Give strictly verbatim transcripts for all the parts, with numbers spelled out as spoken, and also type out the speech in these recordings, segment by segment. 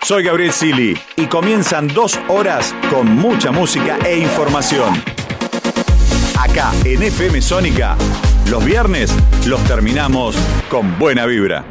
Soy Gabriel Sili y comienzan dos horas con mucha música e información. Acá en F M Sónica, los viernes los terminamos con buena vibra.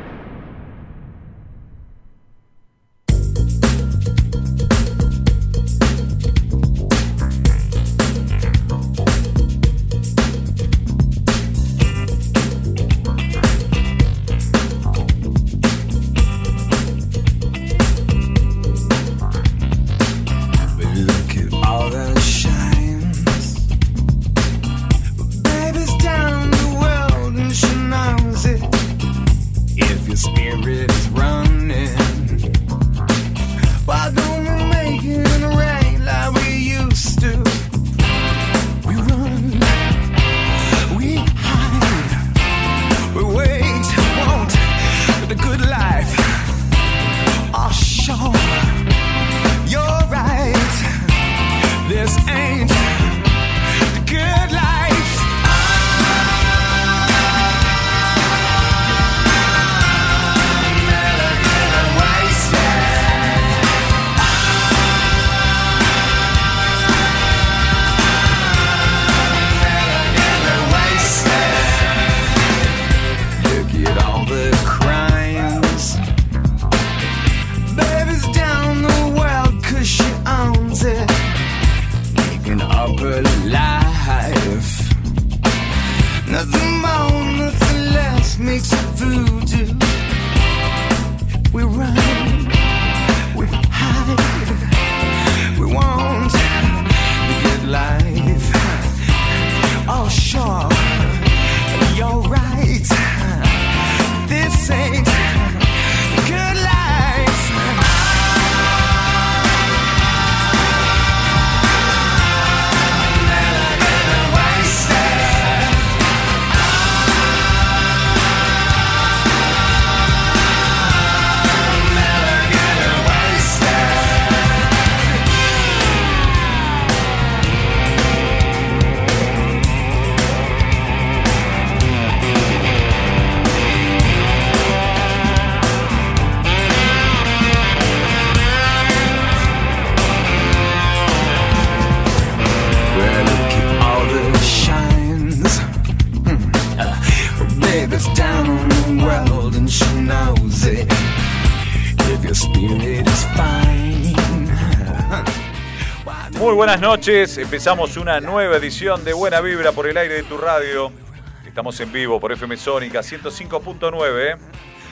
Buenas noches, empezamos una nueva edición de Buena Vibra por el aire de tu radio. Estamos en vivo por F M Sónica ciento cinco punto nueve. ¿eh?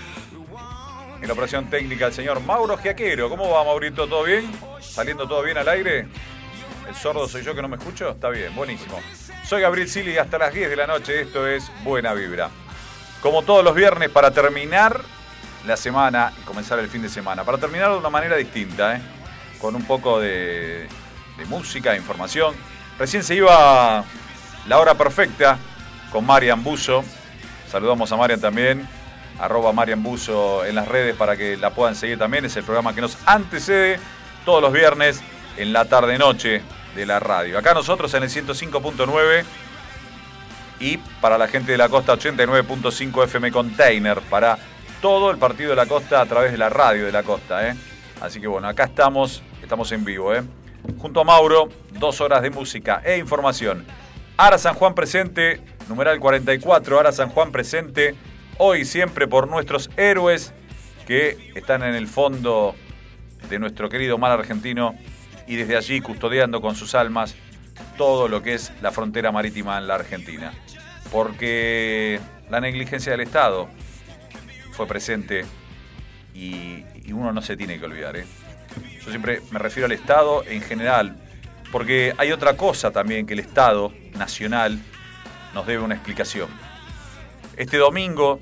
En la operación técnica el señor Mauro Giaquero. ¿Cómo va, Maurito? ¿Todo bien? ¿Saliendo todo bien al aire? ¿El sordo soy yo que no me escucho? Está bien, buenísimo. Soy Gabriel Sili y hasta las diez de la noche esto es Buena Vibra. Como todos los viernes para terminar la semana y comenzar el fin de semana. Para terminar de una manera distinta, ¿eh? Con un poco de... de música, de información. Recién se iba La Hora Perfecta con Marian Buzo. Saludamos a Marian también. Arroba Marian Buzo en las redes para que la puedan seguir también. Es el programa que nos antecede todos los viernes en la tarde-noche de la radio. Acá nosotros en el ciento cinco punto nueve y para la gente de la costa ochenta y nueve punto cinco F M Container para todo el partido de la costa a través de la radio de la costa. ¿eh? Así que bueno, acá estamos, estamos en vivo. ¿eh? Junto a Mauro, dos horas de música e información. Ara San Juan presente, numeral cuarenta y cuatro, Ara San Juan presente, hoy y siempre por nuestros héroes que están en el fondo de nuestro querido mar argentino y desde allí custodiando con sus almas todo lo que es la frontera marítima en la Argentina. Porque la negligencia del Estado fue presente y, y uno no se tiene que olvidar, ¿eh? Yo siempre me refiero al Estado en general, porque hay otra cosa también que el Estado nacional nos debe una explicación. Este domingo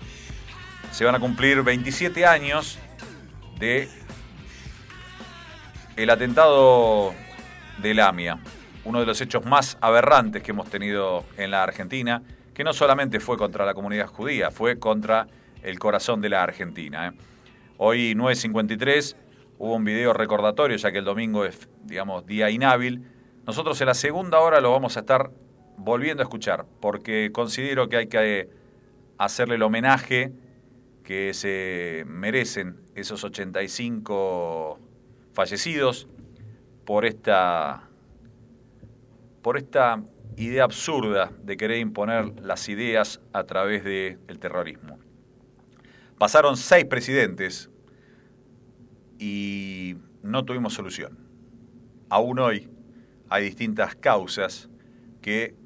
se van a cumplir veintisiete años de el atentado de Lamia, uno de los hechos más aberrantes que hemos tenido en la Argentina, que no solamente fue contra la comunidad judía, fue contra el corazón de la Argentina. ¿eh? Hoy, nueve cincuenta y tres, hubo un video recordatorio, ya que el domingo es, digamos, día inhábil. Nosotros en la segunda hora lo vamos a estar volviendo a escuchar, porque considero que hay que hacerle el homenaje que se merecen esos ochenta y cinco fallecidos por esta, por esta idea absurda de querer imponer las ideas a través del terrorismo. Pasaron seis presidentes y no tuvimos solución. Aún hoy hay distintas causas que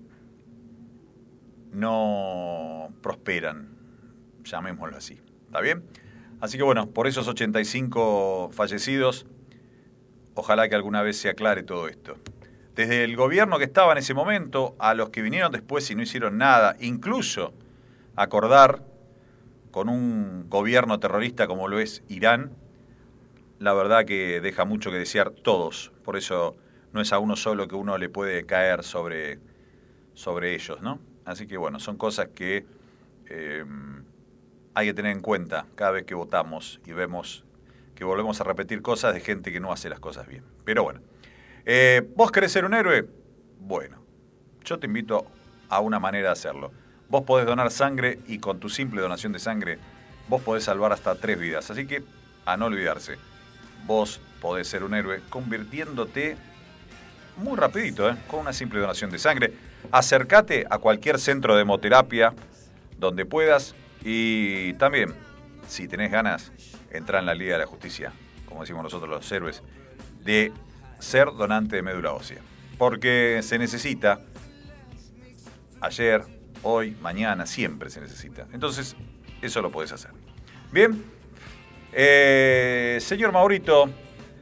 no prosperan, llamémoslo así. ¿Está bien? Así que bueno, por esos ochenta y cinco fallecidos, ojalá que alguna vez se aclare todo esto. Desde el gobierno que estaba en ese momento, a los que vinieron después y no hicieron nada, incluso acordar con un gobierno terrorista como lo es Irán, la verdad que deja mucho que desear todos. Por eso no es a uno solo que uno le puede caer sobre, sobre ellos, ¿no? Así que bueno, son cosas que eh, hay que tener en cuenta cada vez que votamos y vemos que volvemos a repetir cosas de gente que no hace las cosas bien. Pero bueno, eh, ¿vos querés ser un héroe? Bueno, yo te invito a una manera de hacerlo. Vos podés donar sangre y con tu simple donación de sangre vos podés salvar hasta tres vidas. Así que a no olvidarse, vos podés ser un héroe convirtiéndote muy rapidito, ¿eh? Con una simple donación de sangre. Acércate a cualquier centro de hemoterapia donde puedas y también, si tenés ganas, entra en la Liga de la Justicia, como decimos nosotros los héroes, de ser donante de médula ósea. Porque se necesita, ayer, hoy, mañana, siempre se necesita. Entonces, eso lo podés hacer. Bien, eh, señor Maurito,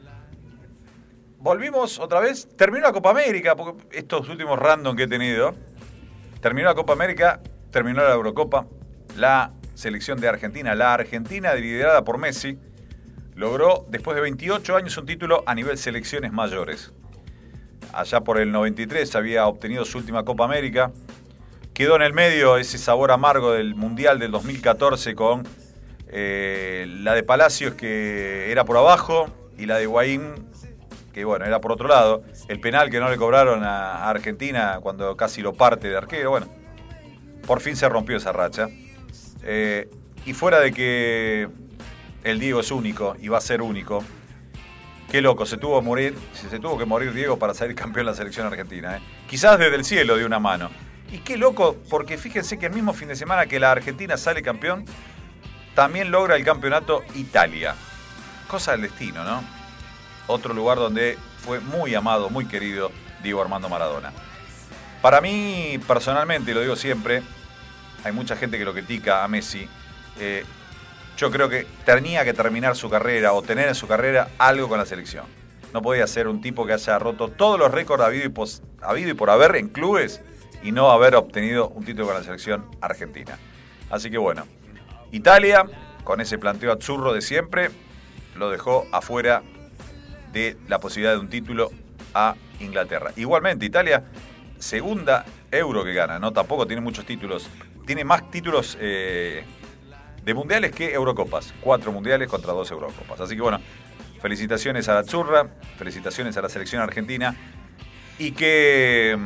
volvimos otra vez, terminó la Copa América, porque estos últimos random que he tenido, terminó la Copa América, terminó la Eurocopa, la selección de Argentina, la Argentina liderada por Messi, logró después de veintiocho años un título a nivel selecciones mayores. Allá por el noventa y tres había obtenido su última Copa América, quedó en el medio ese sabor amargo del Mundial del dos mil catorce con eh, la de Palacios que era por abajo y la de Higuaín que bueno, era por otro lado, el penal que no le cobraron a Argentina cuando casi lo parte de arquero, bueno, por fin se rompió esa racha. Eh, y fuera de que el Diego es único y va a ser único, qué loco, se tuvo que morir, se tuvo que morir Diego para salir campeón de la selección argentina, ¿eh? Quizás desde el cielo de una mano. Y qué loco, porque fíjense que el mismo fin de semana que la Argentina sale campeón, también logra el campeonato Italia. Cosa del destino, ¿no? Otro lugar donde fue muy amado, muy querido Diego Armando Maradona. Para mí, personalmente, y lo digo siempre, hay mucha gente que lo critica a Messi. Eh, yo creo que tenía que terminar su carrera o tener en su carrera algo con la selección. No podía ser un tipo que haya roto todos los récords habido y, pos, habido y por haber en clubes y no haber obtenido un título con la selección argentina. Así que bueno, Italia, con ese planteo azzurro de siempre, lo dejó afuera de la posibilidad de un título a Inglaterra. Igualmente, Italia, segunda Euro que gana, ¿no? Tampoco tiene muchos títulos. Tiene más títulos eh, de mundiales que Eurocopas. Cuatro mundiales contra dos Eurocopas. Así que bueno, felicitaciones a la Azzurra, felicitaciones a la selección argentina y que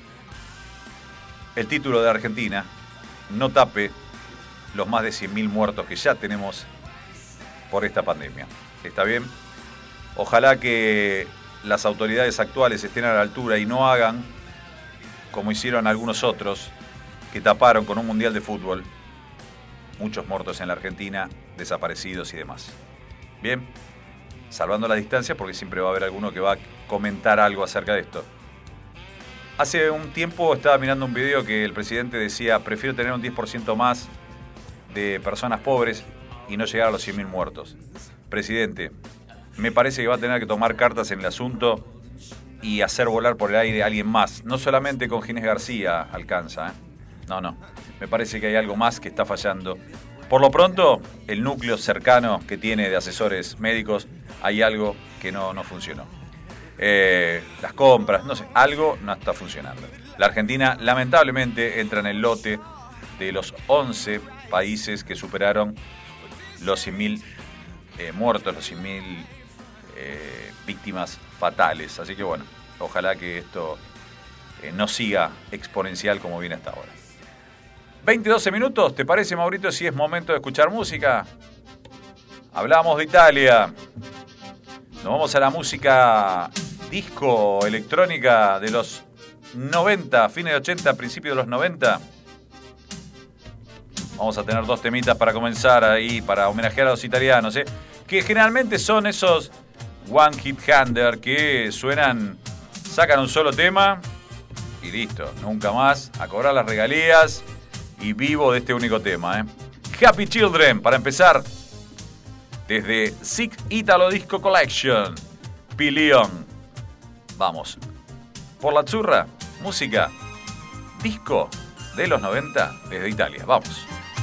el título de Argentina no tape los más de cien mil muertos que ya tenemos por esta pandemia. ¿Está bien? Ojalá que las autoridades actuales estén a la altura y no hagan como hicieron algunos otros que taparon con un mundial de fútbol muchos muertos en la Argentina, desaparecidos y demás. Bien, salvando la distancia porque siempre va a haber alguno que va a comentar algo acerca de esto. Hace un tiempo estaba mirando un video que el presidente decía: prefiero tener un diez por ciento más de personas pobres y no llegar a los cien mil muertos. Presidente, me parece que va a tener que tomar cartas en el asunto y hacer volar por el aire a alguien más. No solamente con Ginés García alcanza, ¿eh? No, no. Me parece que hay algo más que está fallando. Por lo pronto, el núcleo cercano que tiene de asesores médicos, hay algo que no, no funcionó. Eh, las compras, no sé, algo no está funcionando. La Argentina, lamentablemente, entra en el lote de los once países que superaron los cien mil eh, muertos, los cien mil eh, víctimas fatales. Así que bueno, ojalá que esto eh, no siga exponencial como viene hasta ahora. veinte, doce minutos, ¿te parece, Maurito, si es momento de escuchar música? Hablamos de Italia. Nos vamos a la música disco, electrónica de los noventa, fines de ochenta, principios de los noventa. Vamos a tener dos temitas para comenzar ahí, para homenajear a los italianos, ¿eh? Que generalmente son esos One Hit Wonder que suenan, sacan un solo tema y listo, nunca más, a cobrar las regalías y vivo de este único tema, ¿eh? Happy Children, para empezar, desde Six Italo Disco Collection, Pilion. Vamos, por la churra, música, disco de los noventa desde Italia, vamos.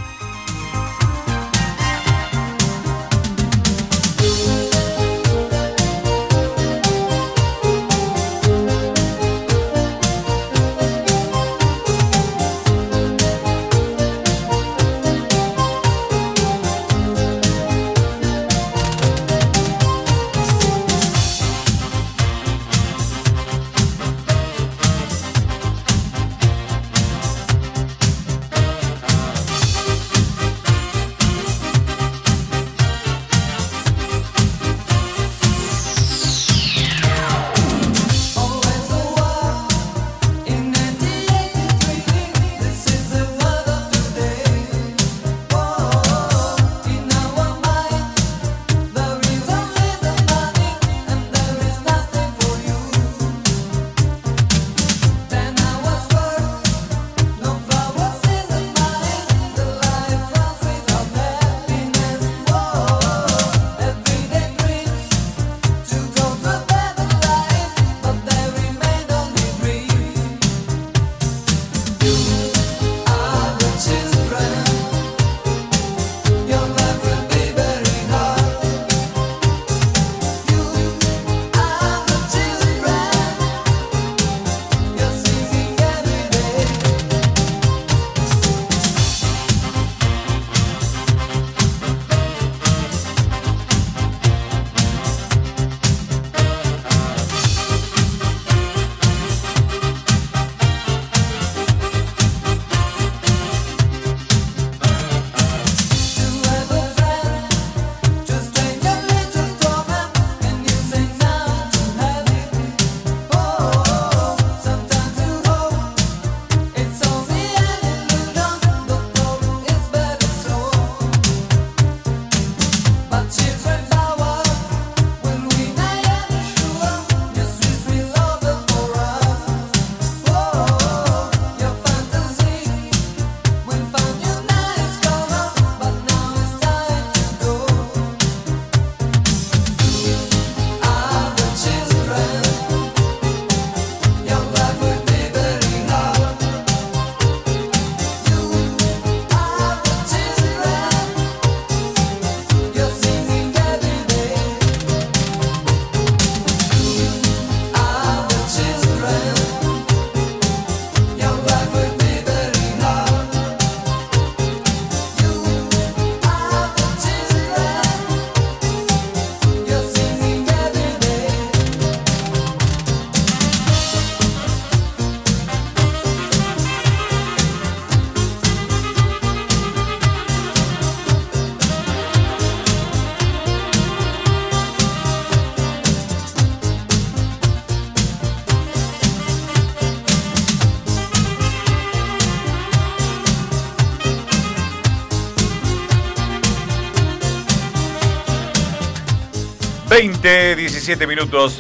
veinte, diecisiete minutos,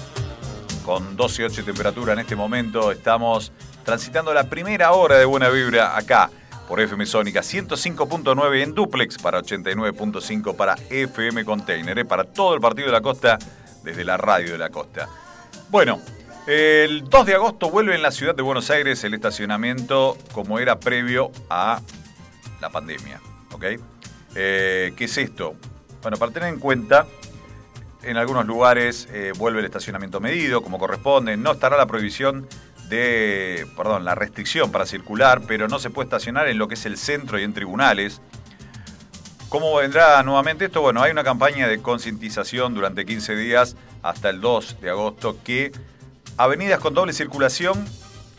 con doce ocho de temperatura en este momento. Estamos transitando la primera hora de Buena Vibra acá por F M Sónica ciento cinco punto nueve en duplex para ochenta y nueve punto cinco para F M Container, ¿eh? Para todo el partido de la costa desde la radio de la costa. Bueno, el dos de agosto vuelve en la ciudad de Buenos Aires el estacionamiento como era previo a la pandemia, ¿ok? Eh, ¿Qué es esto? Bueno, para tener en cuenta, en algunos lugares eh, vuelve el estacionamiento medido, como corresponde. No estará la prohibición de, perdón, la restricción para circular, pero no se puede estacionar en lo que es el centro y en tribunales. ¿Cómo vendrá nuevamente esto? Bueno, hay una campaña de concientización durante quince días hasta el dos de agosto que avenidas con doble circulación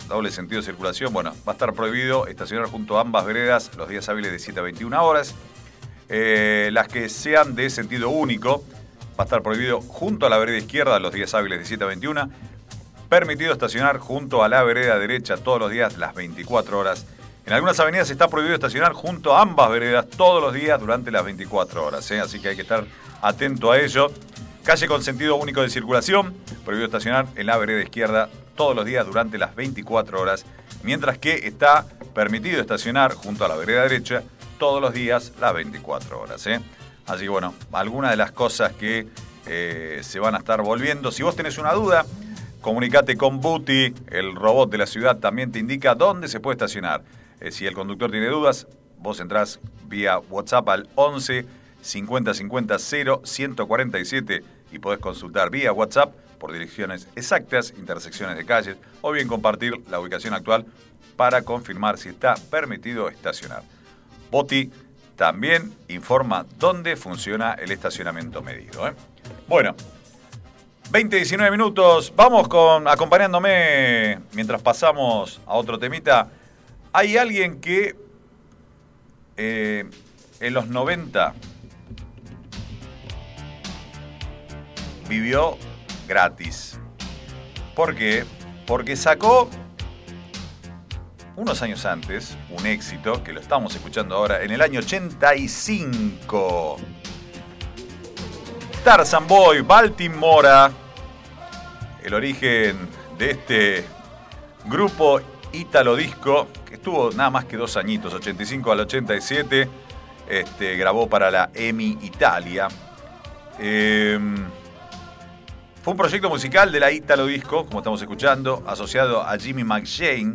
doble sentido de circulación, bueno, va a estar prohibido estacionar junto a ambas veredas los días hábiles de siete a veintiuna horas. Eh, las que sean de sentido único, va a estar prohibido junto a la vereda izquierda los días hábiles de siete a veintiuna. Permitido estacionar junto a la vereda derecha todos los días las veinticuatro horas. En algunas avenidas está prohibido estacionar junto a ambas veredas todos los días durante las veinticuatro horas, ¿eh? Así que hay que estar atento a ello. Calle con sentido único de circulación, prohibido estacionar en la vereda izquierda todos los días durante las veinticuatro horas, mientras que está permitido estacionar junto a la vereda derecha todos los días las veinticuatro horas, ¿eh? Así que bueno, algunas de las cosas que eh, se van a estar volviendo. Si vos tenés una duda, comunicate con Buti, el robot de la ciudad también te indica dónde se puede estacionar. Eh, si el conductor tiene dudas, vos entrás vía WhatsApp al once cincuenta cincuenta cero ciento cuarenta y siete y podés consultar vía WhatsApp por direcciones exactas, intersecciones de calles, o bien compartir la ubicación actual para confirmar si está permitido estacionar. Boti también informa dónde funciona el estacionamiento medido, ¿eh? Bueno, veinte a diecinueve minutos, vamos con acompañándome mientras pasamos a otro temita. Hay alguien que eh, en los noventa vivió gratis. ¿Por qué? Porque sacó unos años antes un éxito que lo estamos escuchando ahora en el año ochenta y cinco. Tarzan Boy, Baltimora, el origen de este grupo ítalo disco que estuvo nada más que dos añitos, ochenta y cinco al ochenta y siete, este, grabó para la EMI Italia. Eh, Fue un proyecto musical de la Ítalo Disco, como estamos escuchando, asociado a Jimmy McShane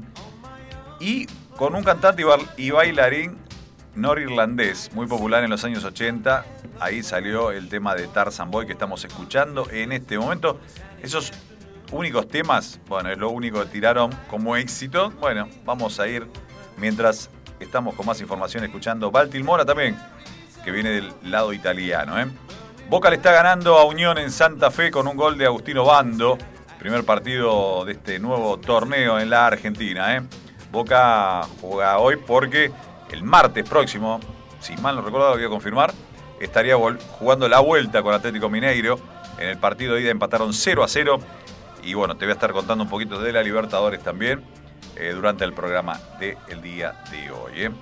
y con un cantante y bailarín norirlandés muy popular en los años ochenta. Ahí salió el tema de Tarzan Boy que estamos escuchando en este momento. Esos únicos temas, bueno, es lo único que tiraron como éxito. Bueno, vamos a ir mientras estamos con más información escuchando Baltimora también, que viene del lado italiano, ¿eh? Boca le está ganando a Unión en Santa Fe con un gol de Agustino Bando. Primer partido de este nuevo torneo en la Argentina, ¿eh? Boca juega hoy porque el martes próximo, si mal no recuerdo, lo voy a confirmar, estaría jugando la vuelta con Atlético Mineiro. En el partido de ida empataron cero a cero. Y bueno, te voy a estar contando un poquito de la Libertadores también eh, durante el programa del día de hoy, ¿eh?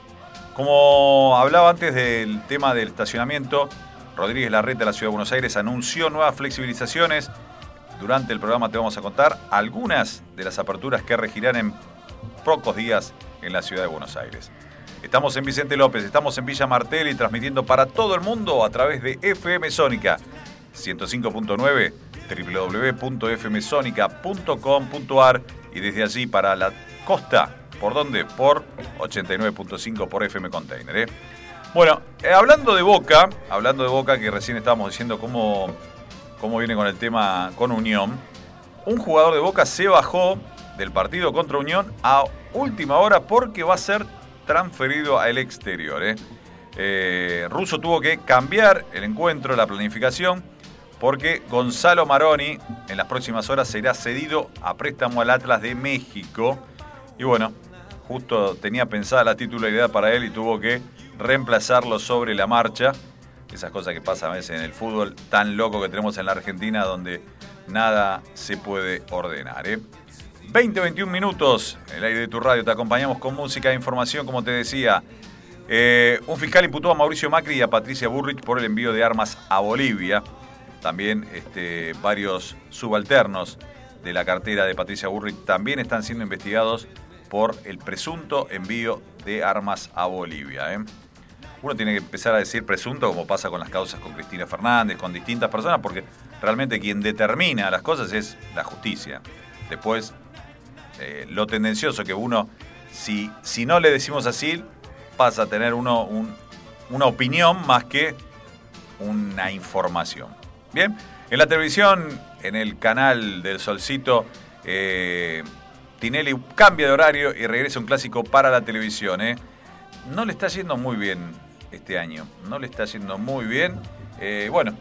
Como hablaba antes del tema del estacionamiento, Rodríguez Larreta de la Ciudad de Buenos Aires anunció nuevas flexibilizaciones. Durante el programa te vamos a contar algunas de las aperturas que regirán en pocos días en la Ciudad de Buenos Aires. Estamos en Vicente López, estamos en Villa Martelli, transmitiendo para todo el mundo a través de F M Sónica ciento cinco punto nueve, doble u doble u doble u punto f m sonica punto com punto a r, y desde allí para la costa, ¿por dónde? Por ochenta y nueve punto cinco por F M Container, ¿eh? Bueno, eh, hablando de Boca, hablando de Boca, que recién estábamos diciendo cómo, cómo viene con el tema con Unión, un jugador de Boca se bajó del partido contra Unión a última hora porque va a ser transferido al exterior, ¿eh? Eh, Russo tuvo que cambiar el encuentro, la planificación, porque Gonzalo Maroni en las próximas horas será cedido a préstamo al Atlas de México. Y bueno, justo tenía pensada la titularidad para él y tuvo que reemplazarlo sobre la marcha. Esas cosas que pasan a veces en el fútbol tan loco que tenemos en la Argentina, donde nada se puede ordenar, ¿eh? veinte a veintiún minutos, el aire de tu radio, te acompañamos con música e información, como te decía. Eh, un fiscal imputó a Mauricio Macri y a Patricia Bullrich por el envío de armas a Bolivia. También este, varios subalternos de la cartera de Patricia Bullrich también están siendo investigados por el presunto envío de armas a Bolivia, ¿eh? Uno tiene que empezar a decir presunto, como pasa con las causas con Cristina Fernández, con distintas personas, porque realmente quien determina las cosas es la justicia. Después, eh, lo tendencioso que uno, si, si no le decimos así, pasa a tener uno un, una opinión más que una información. Bien, en la televisión, en el canal del Solcito, eh, Tinelli cambia de horario y regresa un clásico para la televisión, ¿eh? No le está yendo muy bien este año, no le está yendo muy bien. Eh, bueno,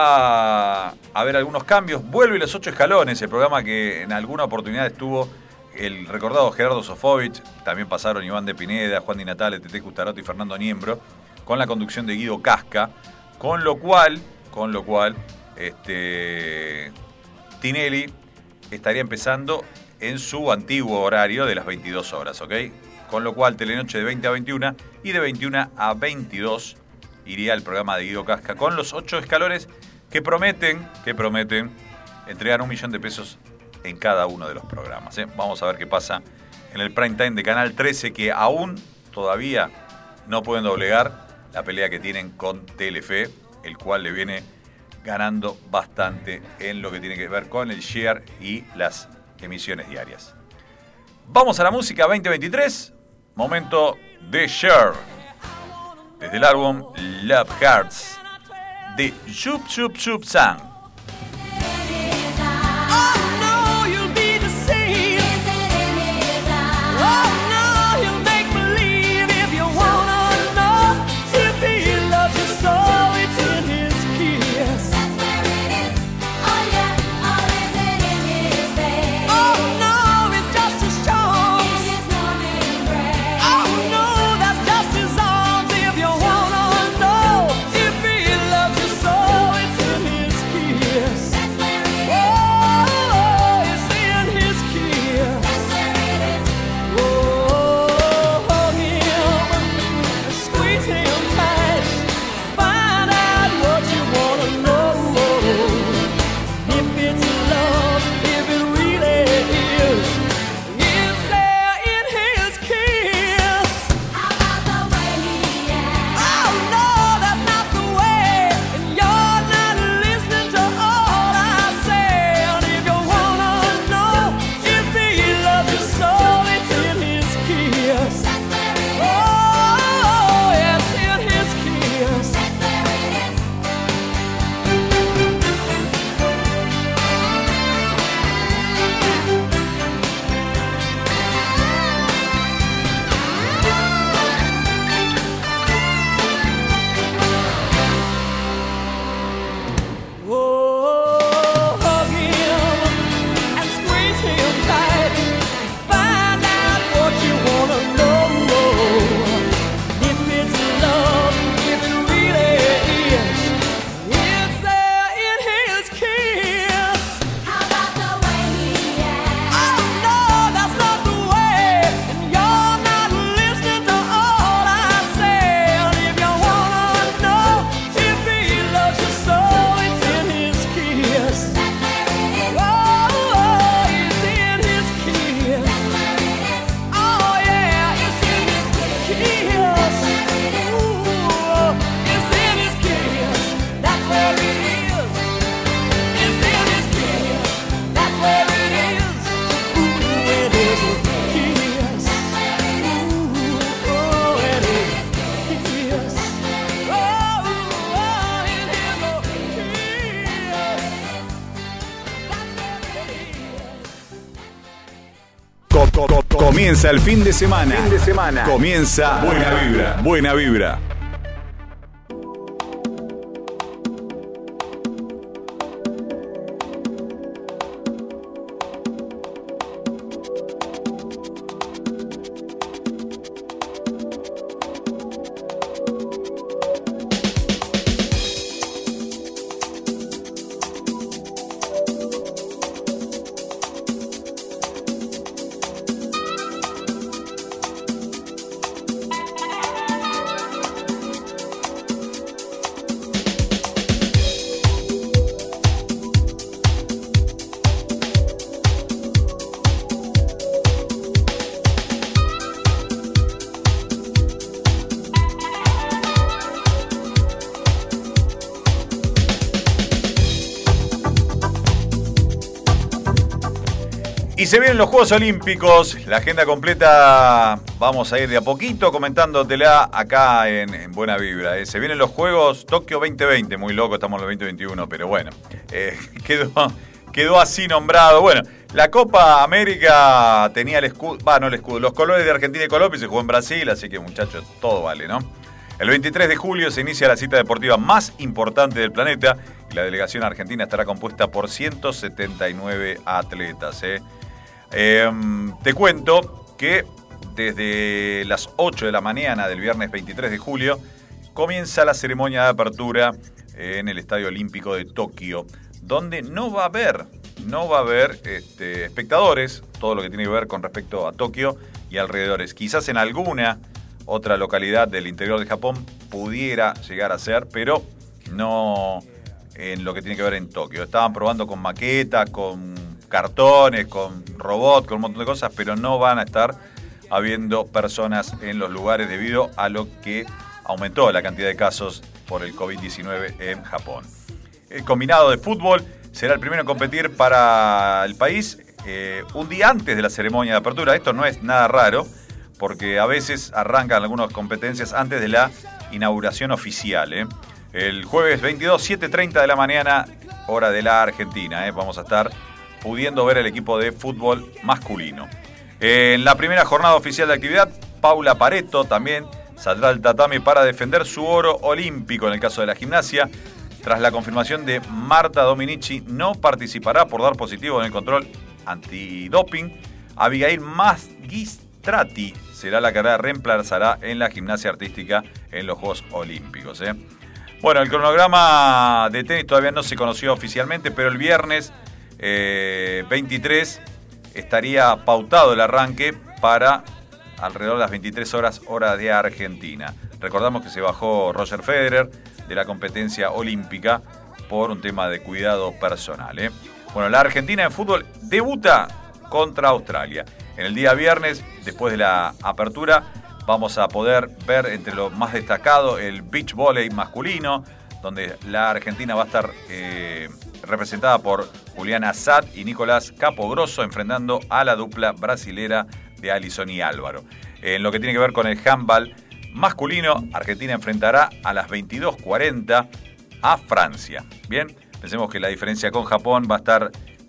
va a haber algunos cambios. Vuelve Los Ocho Escalones, el programa que en alguna oportunidad estuvo el recordado Gerardo Sofovich, también pasaron Iván de Pineda, Juan Di Natale, Tete Custarotti y Fernando Niembro, con la conducción de Guido Casca, con lo cual, con lo cual, este, Tinelli estaría empezando en su antiguo horario de las veintidós horas, ¿ok? Con lo cual, Telenoche de veinte a veintiuna y de veintiuna a veintidós iría el programa de Guido Casca con los ocho escalones que prometen, que prometen entregar un millón de pesos en cada uno de los programas, ¿eh? Vamos a ver qué pasa en el prime time de Canal trece, que aún todavía no pueden doblegar la pelea que tienen con Telefe, el cual le viene ganando bastante en lo que tiene que ver con el share y las emisiones diarias. Vamos a la música veinte veintitrés, momento de Cher, desde el álbum Love Hearts de Chup Chup Chup Sang. Comienza el fin de semana. Fin de semana. Comienza Buena Vibra. Buena Vibra. Y se vienen los Juegos Olímpicos, la agenda completa vamos a ir de a poquito comentándotela acá en, en Buena Vibra. ¿eh? Se vienen los Juegos Tokio veinte veinte, muy loco, estamos en los veinte veintiuno, pero bueno, eh, quedó, quedó así nombrado. Bueno, la Copa América tenía el escudo, va, no el escudo, los colores de Argentina y Colombia, se jugó en Brasil, así que muchachos, todo vale, ¿no? El veintitrés de julio se inicia la cita deportiva más importante del planeta y la delegación argentina estará compuesta por ciento setenta y nueve atletas, ¿eh? Eh, te cuento que desde las ocho de la mañana del viernes veintitrés de julio comienza la ceremonia de apertura en el Estadio Olímpico de Tokio, donde no va a haber, no va a haber este, espectadores, todo lo que tiene que ver con respecto a Tokio y alrededores. Quizás en alguna otra localidad del interior de Japón pudiera llegar a ser, pero no en lo que tiene que ver en Tokio. Estaban probando con maquetas, con cartones, con robots, con un montón de cosas, pero no van a estar habiendo personas en los lugares debido a lo que aumentó la cantidad de casos por el covid diecinueve en Japón. El combinado de fútbol será el primero en competir para el país eh, un día antes de la ceremonia de apertura. Esto no es nada raro, porque a veces arrancan algunas competencias antes de la inauguración oficial. ¿eh? El jueves veintidós, siete y treinta de la mañana, hora de la Argentina. ¿eh? Vamos a estar pudiendo ver el equipo de fútbol masculino. En la primera jornada oficial de actividad, Paula Pareto también saldrá al tatami para defender su oro olímpico. En el caso de la gimnasia, tras la confirmación de Marta Dominici, no participará por dar positivo en el control antidoping. Abigail Magistrati será la que reemplazará en la gimnasia artística en los Juegos Olímpicos. ¿eh? Bueno, el cronograma de tenis todavía no se conoció oficialmente, pero el viernes eh, veintitrés estaría pautado el arranque para alrededor de las veintitrés horas, hora de Argentina. Recordamos que se bajó Roger Federer de la competencia olímpica por un tema de cuidado personal. ¿eh? Bueno, la Argentina en fútbol debuta contra Australia. En el día viernes, después de la apertura, vamos a poder ver entre lo más destacado el beach volley masculino, donde la Argentina va a estar eh, representada por Julián Assad y Nicolás Capogrosso, enfrentando a la dupla brasilera de Alisson y Álvaro. En lo que tiene que ver con el handball masculino, Argentina enfrentará a las veintidós cuarenta a Francia. Bien, pensemos que la diferencia con Japón va a estar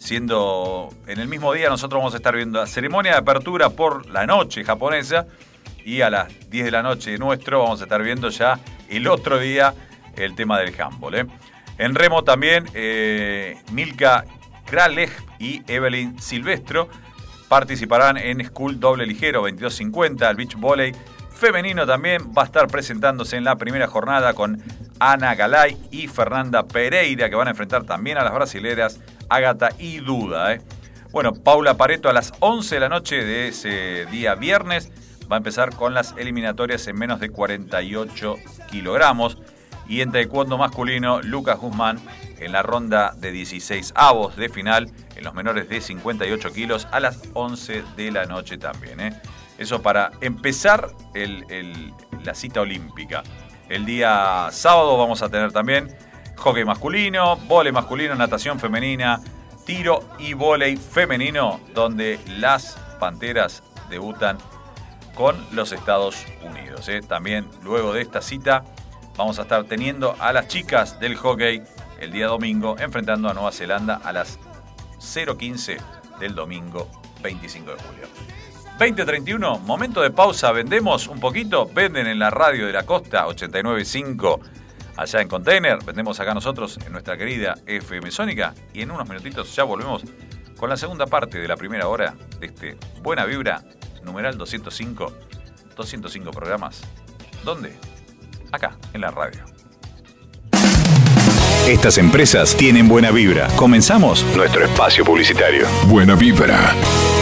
siendo en el mismo día. Nosotros vamos a estar viendo la ceremonia de apertura por la noche japonesa y a las diez de la noche nuestro vamos a estar viendo ya el otro día el tema del handball. ¿eh? En remo también eh, Milka Kralej y Evelyn Silvestro participarán en School doble ligero veintidós cincuenta. El beach volley femenino también va a estar presentándose en la primera jornada con Ana Galay y Fernanda Pereira, que van a enfrentar también a las brasileras Ágata y Duda. ¿eh? Bueno, Paula Pareto a las once de la noche de ese día viernes va a empezar con las eliminatorias en menos de cuarenta y ocho kilogramos. Y en taekwondo masculino, Lucas Guzmán en la ronda de dieciséis avos de final en los menores de cincuenta y ocho kilos a las once de la noche también. ¿eh? Eso para empezar el, el, la cita olímpica. El día sábado vamos a tener también hockey masculino, vóley masculino, natación femenina, tiro y vóley femenino, donde las Panteras debutan con los Estados Unidos. ¿eh? También luego de esta cita vamos a estar teniendo a las chicas del hockey el día domingo enfrentando a Nueva Zelanda a las cero quince del domingo veinticinco de julio. veinte treinta y uno, momento de pausa, vendemos un poquito, venden en la radio de la costa ochenta y nueve punto cinco allá en Container, vendemos acá nosotros en nuestra querida F M Sónica y en unos minutitos ya volvemos con la segunda parte de la primera hora de este Buena Vibra, numeral doscientos cinco, doscientos cinco programas. ¿Dónde? Acá, en la radio. Estas empresas tienen buena vibra. Comenzamos nuestro espacio publicitario. Buena Vibra.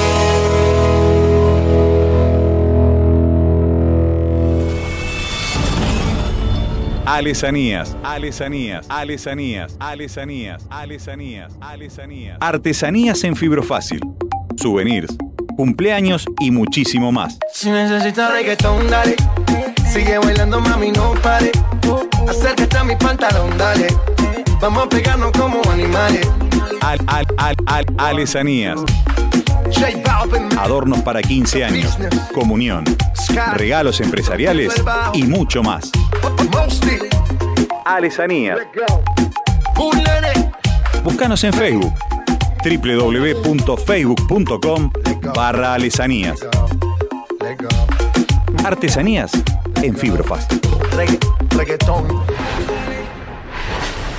Alesanías, alesanías, alesanías, alesanías, alesanías, alesanías. Artesanías en fibrofácil. Souvenirs, cumpleaños y muchísimo más. Si necesitas reggaetón, dale. Sigue bailando, mami, no pare. Acércate a mi pantalón, dale. Vamos a pegarnos como animales. Al, al, al, al, alesanías. Adornos para quince años, comunión, regalos empresariales y mucho más. Alesanías. Búscanos en Facebook. doble u doble u doble u punto facebook punto com barra alesanías. Artesanías en fibrofácil.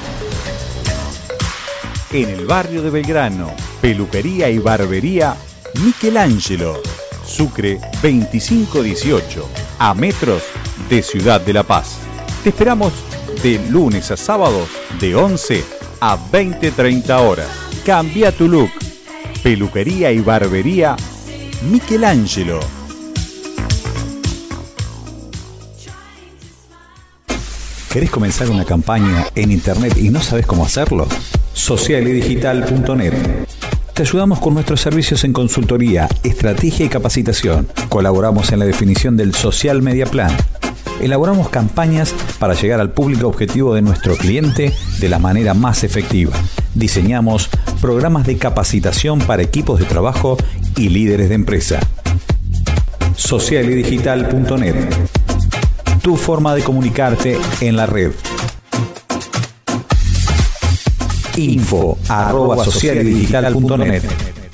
En el barrio de Belgrano, peluquería y barbería Michelangelo, Sucre veinticinco dieciocho, a metros de Ciudad de La Paz. Te esperamos de lunes a sábado de once a veinte treinta horas. Cambia tu look. Peluquería y barbería Michelangelo. ¿Querés comenzar una campaña en internet y no sabes cómo hacerlo? social y digital punto net. Te ayudamos con nuestros servicios en consultoría, estrategia y capacitación. Colaboramos en la definición del Social Media Plan. Elaboramos campañas para llegar al público objetivo de nuestro cliente de la manera más efectiva. Diseñamos programas de capacitación para equipos de trabajo y líderes de empresa. social y digital punto net. Tu forma de comunicarte en la red. Info arroba social y digital punto net.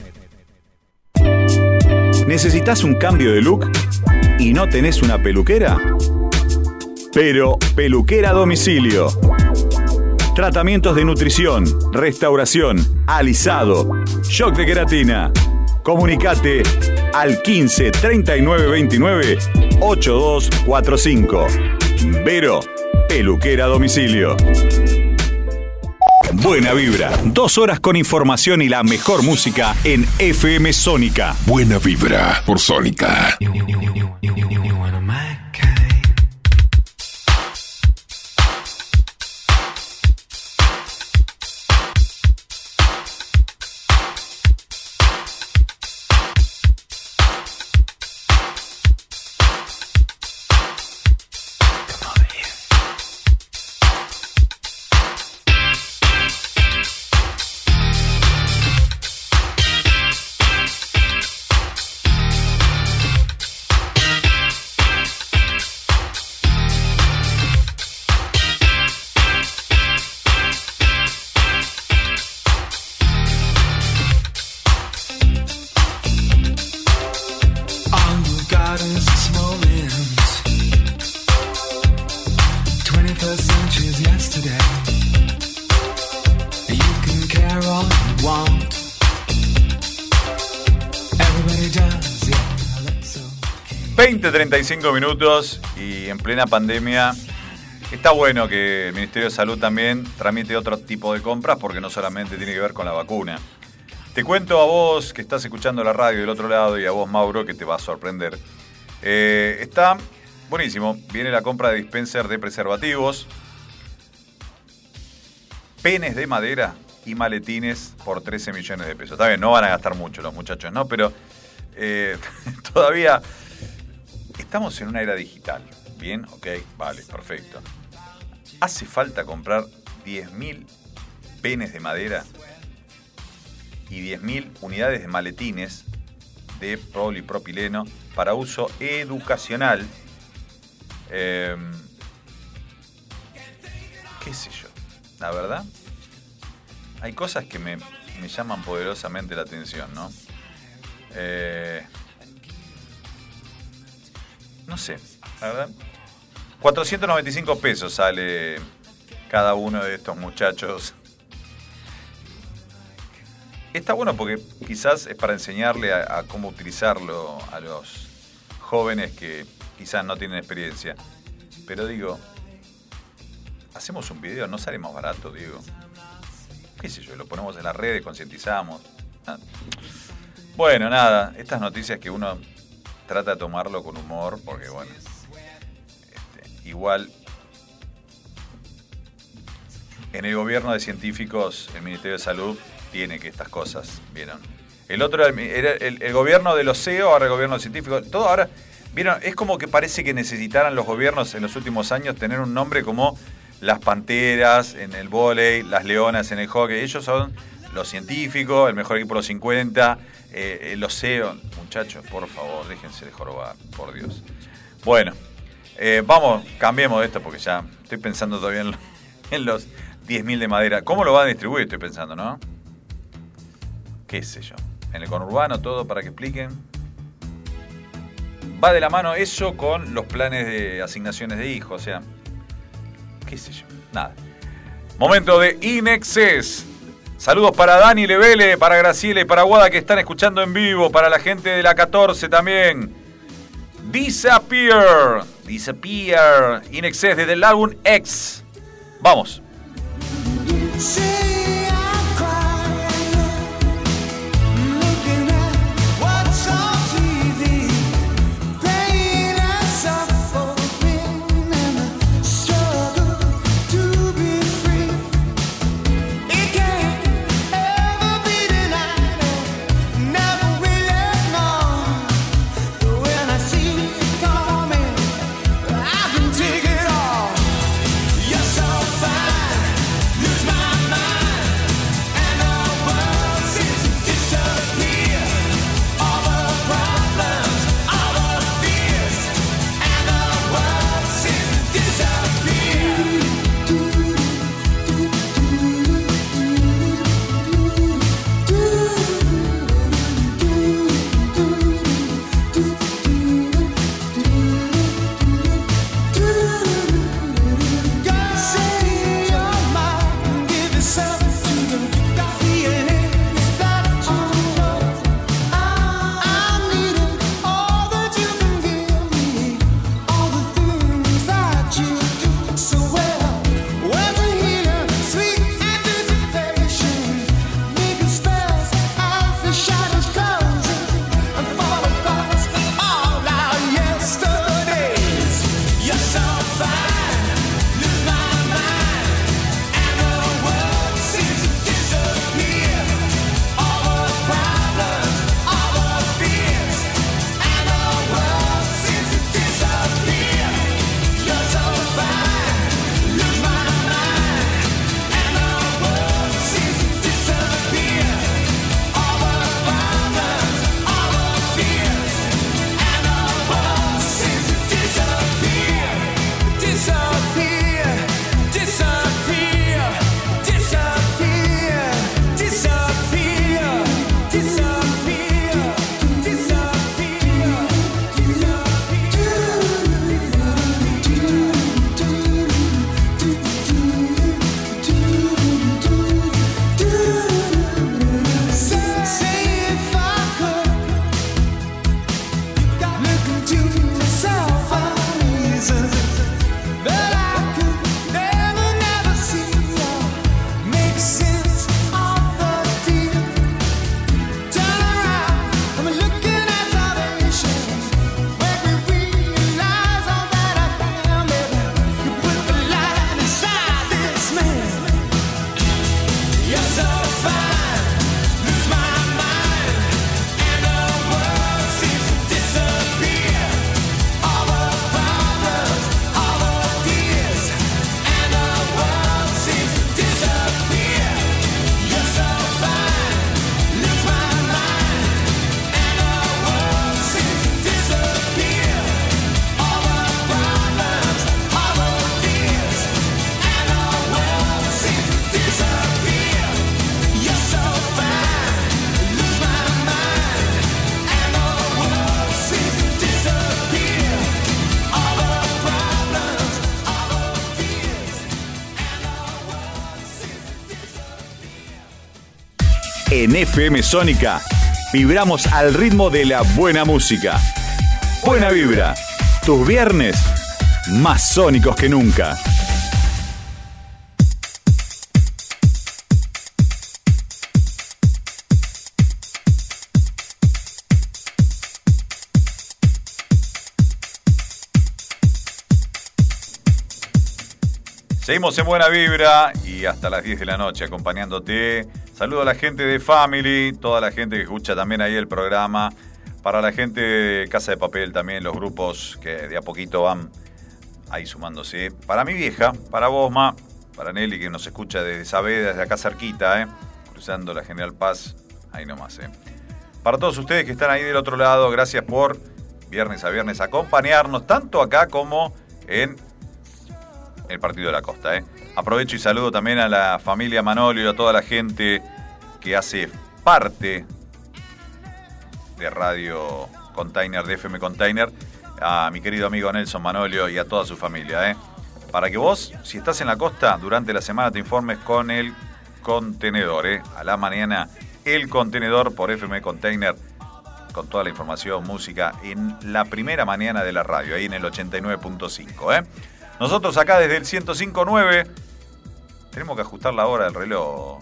¿Necesitas un cambio de look y no tenés una peluquera? Pero Peluquera a Domicilio. Tratamientos de nutrición, restauración, alisado, shock de queratina. Comunicate al quince treinta y nueve veintinueve ochenta y dos cuarenta y cinco. Vero, Peluquera a Domicilio. Buena Vibra, dos horas con información y la mejor música en F M Sónica. Buena Vibra por Sónica. veinte treinta y cinco minutos y en plena pandemia. Está bueno que el Ministerio de Salud también tramite otro tipo de compras porque no solamente tiene que ver con la vacuna. Te cuento a vos que estás escuchando la radio del otro lado y a vos, Mauro, que te va a sorprender. Eh, está buenísimo. Viene la compra de dispenser de preservativos, penes de madera y maletines por trece millones de pesos. Está bien, no van a gastar mucho los muchachos, ¿no? Pero eh, todavía... Estamos en una era digital, ¿bien? Ok, vale, perfecto. ¿Hace falta comprar diez mil penes de madera y diez mil unidades de maletines de polipropileno para uso educacional? Eh, ¿Qué sé yo? La verdad, hay cosas que me, me llaman poderosamente la atención, ¿no? Eh... No sé, la verdad. cuatrocientos noventa y cinco pesos sale cada uno de estos muchachos. Está bueno porque quizás es para enseñarle a, a cómo utilizarlo a los jóvenes que quizás no tienen experiencia. Pero digo, hacemos un video, no sale más barato, digo. ¿Qué sé yo? Lo ponemos en las redes, concientizamos. Ah. Bueno, nada, estas noticias que uno... trata de tomarlo con humor, porque bueno, este, igual en el gobierno de científicos, el Ministerio de Salud tiene que estas cosas, ¿vieron? El otro era el, el gobierno de los C E O, ahora el gobierno de científicos, todo ahora, ¿vieron? Es como que parece que necesitaran los gobiernos en los últimos años tener un nombre como las panteras en el vóley, las leonas en el hockey. Ellos son los científicos, el mejor equipo de los cincuenta, eh, los C E O. Muchachos, por favor, déjense de jorobar, por Dios. Bueno, eh, vamos, cambiemos de esto porque ya estoy pensando todavía en, en los diez mil de madera. ¿Cómo lo van a distribuir? Estoy pensando, ¿no? ¿Qué sé yo? En el conurbano, todo para que expliquen. Va de la mano eso con los planes de asignaciones de hijos, o sea, qué sé yo, nada. Momento de Inexcess. Saludos para Dani Levele, para Graciela y para Guada que están escuchando en vivo, para la gente de la catorce también. Disappear, Disappear, In Excess desde el álbum X. Vamos. En F M Sónica vibramos al ritmo de la buena música. Buena vibra, tus viernes más sónicos que nunca. Seguimos en Buena Vibra y hasta las diez de la noche acompañándote. Saludo a la gente de Family, toda la gente que escucha también ahí el programa. Para la gente de Casa de Papel también, los grupos que de a poquito van ahí sumándose. Para mi vieja, para Bosma, para Nelly que nos escucha desde Saavedra, desde acá cerquita, ¿eh? Cruzando la General Paz, ahí nomás. ¿eh? Para todos ustedes que están ahí del otro lado, gracias por viernes a viernes acompañarnos, tanto acá como en el Partido de la Costa. ¿eh? Aprovecho y saludo también a la familia Manolio y a toda la gente que hace parte de Radio Container, de F M Container, a mi querido amigo Nelson Manolio y a toda su familia. ¿eh? Para que vos, si estás en la costa, durante la semana te informes con el Contenedor, ¿eh? A la mañana, El Contenedor por F M Container, con toda la información, música, en la primera mañana de la radio, ahí en el ochenta y nueve punto cinco, ¿eh? Nosotros acá desde el ciento cinco punto nueve, tenemos que ajustar la hora del reloj.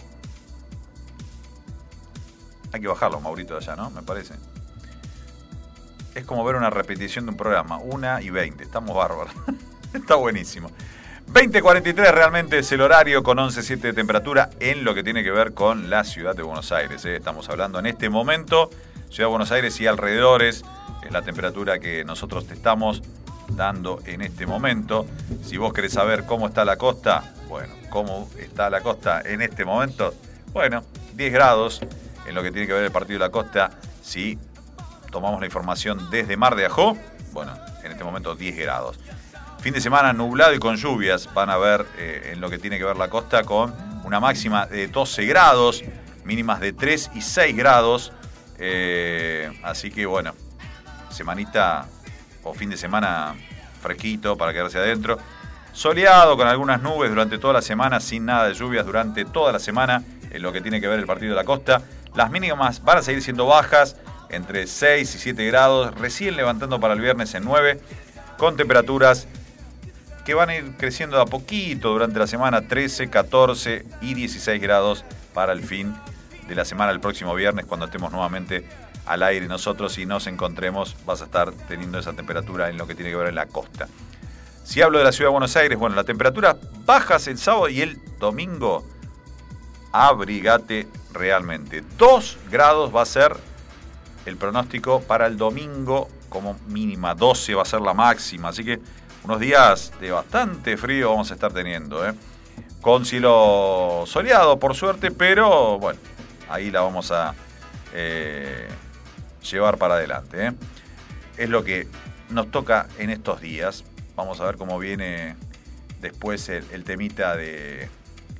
Hay que bajarlo, Maurito, de allá, ¿no? Me parece. Es como ver una repetición de un programa, una y veinte, estamos bárbaros. Está buenísimo. veinte cuarenta y tres realmente es el horario, con once punto siete de temperatura en lo que tiene que ver con la ciudad de Buenos Aires, ¿eh? Estamos hablando en este momento, ciudad de Buenos Aires y alrededores, es la temperatura que nosotros te estamos dando en este momento. Si vos querés saber cómo está la costa, bueno, cómo está la costa en este momento, bueno, diez grados en lo que tiene que ver el partido de la costa. Si tomamos la información desde Mar de Ajó, bueno, en este momento diez grados. Fin de semana nublado y con lluvias, van a ver eh, en lo que tiene que ver la costa, con una máxima de doce grados, mínimas de tres y seis grados. Eh, así que bueno, semanita o fin de semana fresquito para quedarse adentro. Soleado con algunas nubes durante toda la semana, sin nada de lluvias durante toda la semana en lo que tiene que ver el partido de la costa. Las mínimas van a seguir siendo bajas, entre seis y siete grados, recién levantando para el viernes en nueve, con temperaturas que van a ir creciendo de a poquito durante la semana, trece, catorce y dieciséis grados para el fin de la semana, el próximo viernes, cuando estemos nuevamente al aire nosotros y nos encontremos, vas a estar teniendo esa temperatura en lo que tiene que ver en la costa. Si hablo de la ciudad de Buenos Aires, bueno, la temperatura bajas el sábado y el domingo, abrigate realmente. dos grados va a ser el pronóstico para el domingo, como mínima, doce va a ser la máxima, así que unos días de bastante frío vamos a estar teniendo, ¿eh? Con cielo soleado, por suerte, pero bueno, ahí la vamos a eh, llevar para adelante, ¿eh? Es lo que nos toca en estos días. Vamos a ver cómo viene después el, el temita de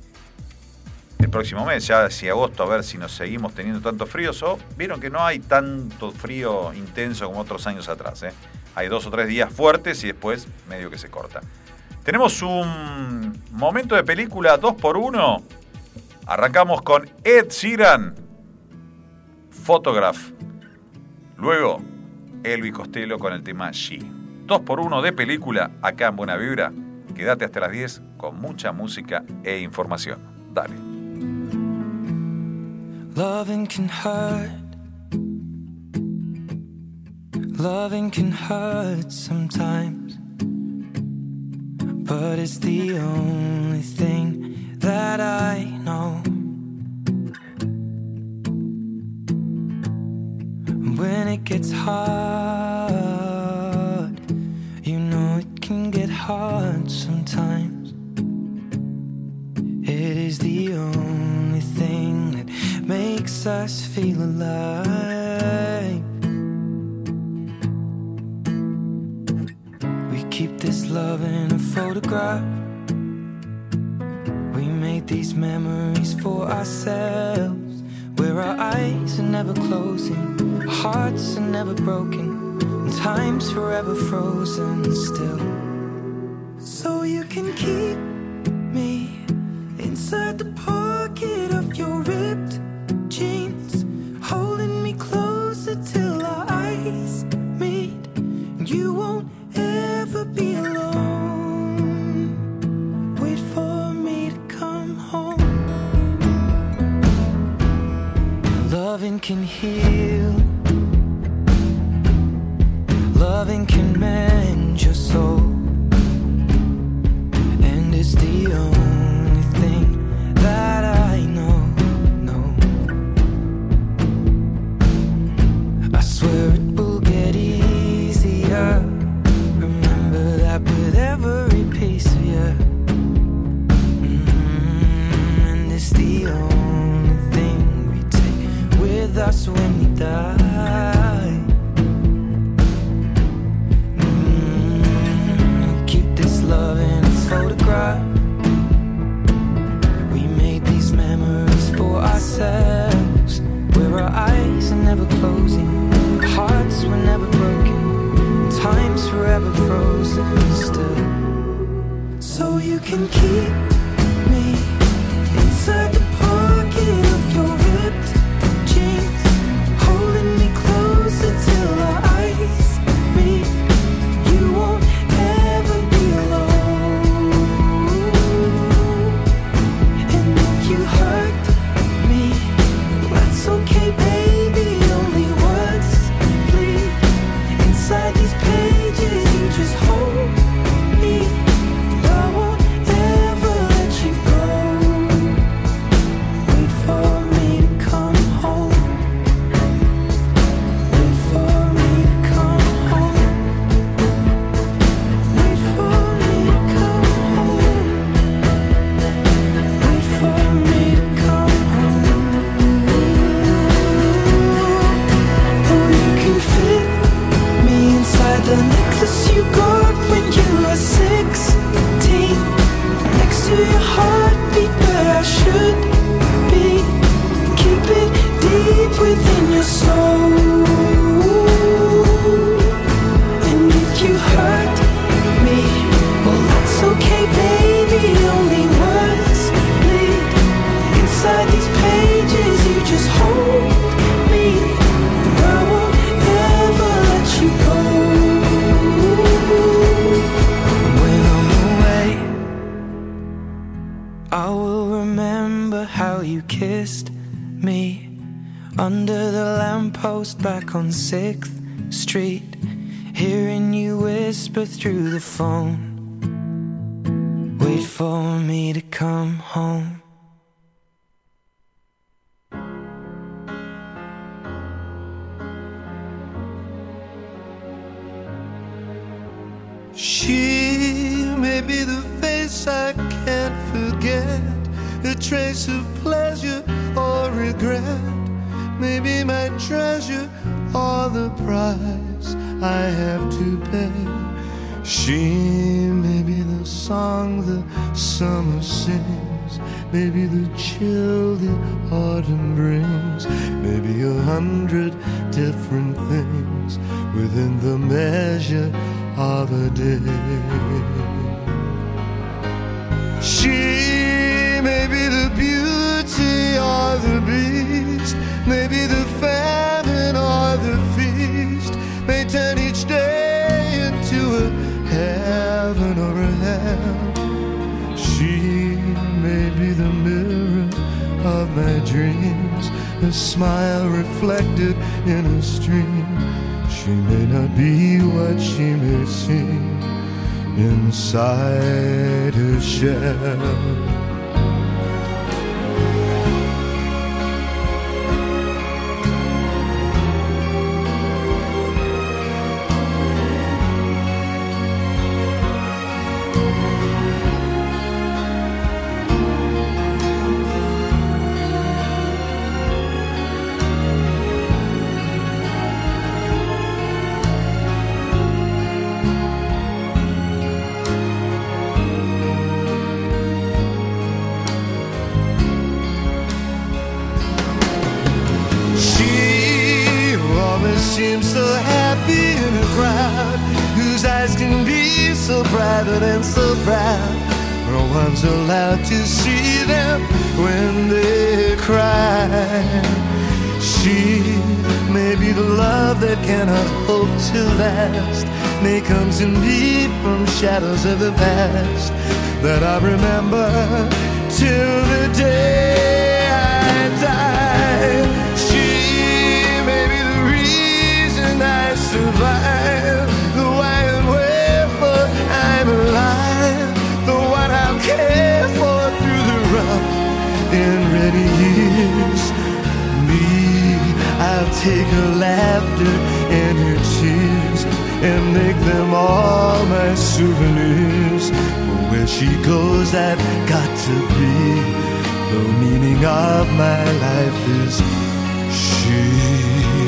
el próximo mes, ya si agosto, a ver si nos seguimos teniendo tantos fríos, o vieron que no hay tanto frío intenso como otros años atrás, ¿eh? Hay dos o tres días fuertes y después medio que se corta. Tenemos un momento de película dos por uno. Arrancamos con Ed Sheeran, Photograph. Luego, Elvis Costello con el tema She. dos por uno de película acá en Buena Vibra. Quédate hasta las diez con mucha música e información. Dale. Loving can hurt. Loving can hurt sometimes, but it's the only thing that I know. When it gets hard, you know it can get hard sometimes. It is the only thing that makes us feel alive. We keep this love in a photograph. We made these memories for ourselves, where our eyes are never closing, hearts are never broken, and time's forever frozen still. So you can keep me inside the pocket of your ripped jeans, holding me closer till our eyes meet. You won't ever be alone. Wait for me to come home. Loving can heal. Loving can mend your soul. And it's the only thing that I know, no. I swear it will get easier. Remember that with every piece of you. Mm-hmm. And it's the only thing we take with us when we die. how you kissed me under the lamppost back on sixth Street, hearing you whisper through the phone, wait for me to come home. She may be the face I can't forget, a trace of pleasure or regret, maybe my treasure or the price I have to pay. She may be the song the summer sings, maybe the chill the autumn brings, maybe a hundred different things within the measure of a day. She may be the beauty or the beast, maybe the famine or the feast, may turn each day into a heaven or a hell. She may be the mirror of my dreams, a smile reflected in a stream. She may not be what she may seem inside her shell. Seems so happy in a crowd whose eyes can be so private and so proud. No one's allowed to see them when they cry. She may be the love that cannot hope to last, may come to me from shadows of the past that I remember till the day I die. I survive, the why and wherefore I'm alive, the one I'll care for through the rough and ready years. Me, I'll take her laughter and her tears and make them all my souvenirs. For where she goes I've got to be, the meaning of my life is she.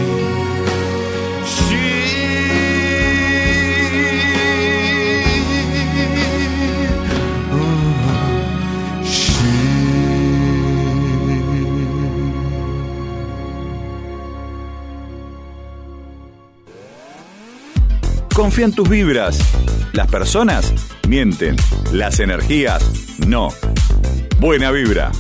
Confía en tus vibras. Las personas mienten. Las energías no. Buena vibra.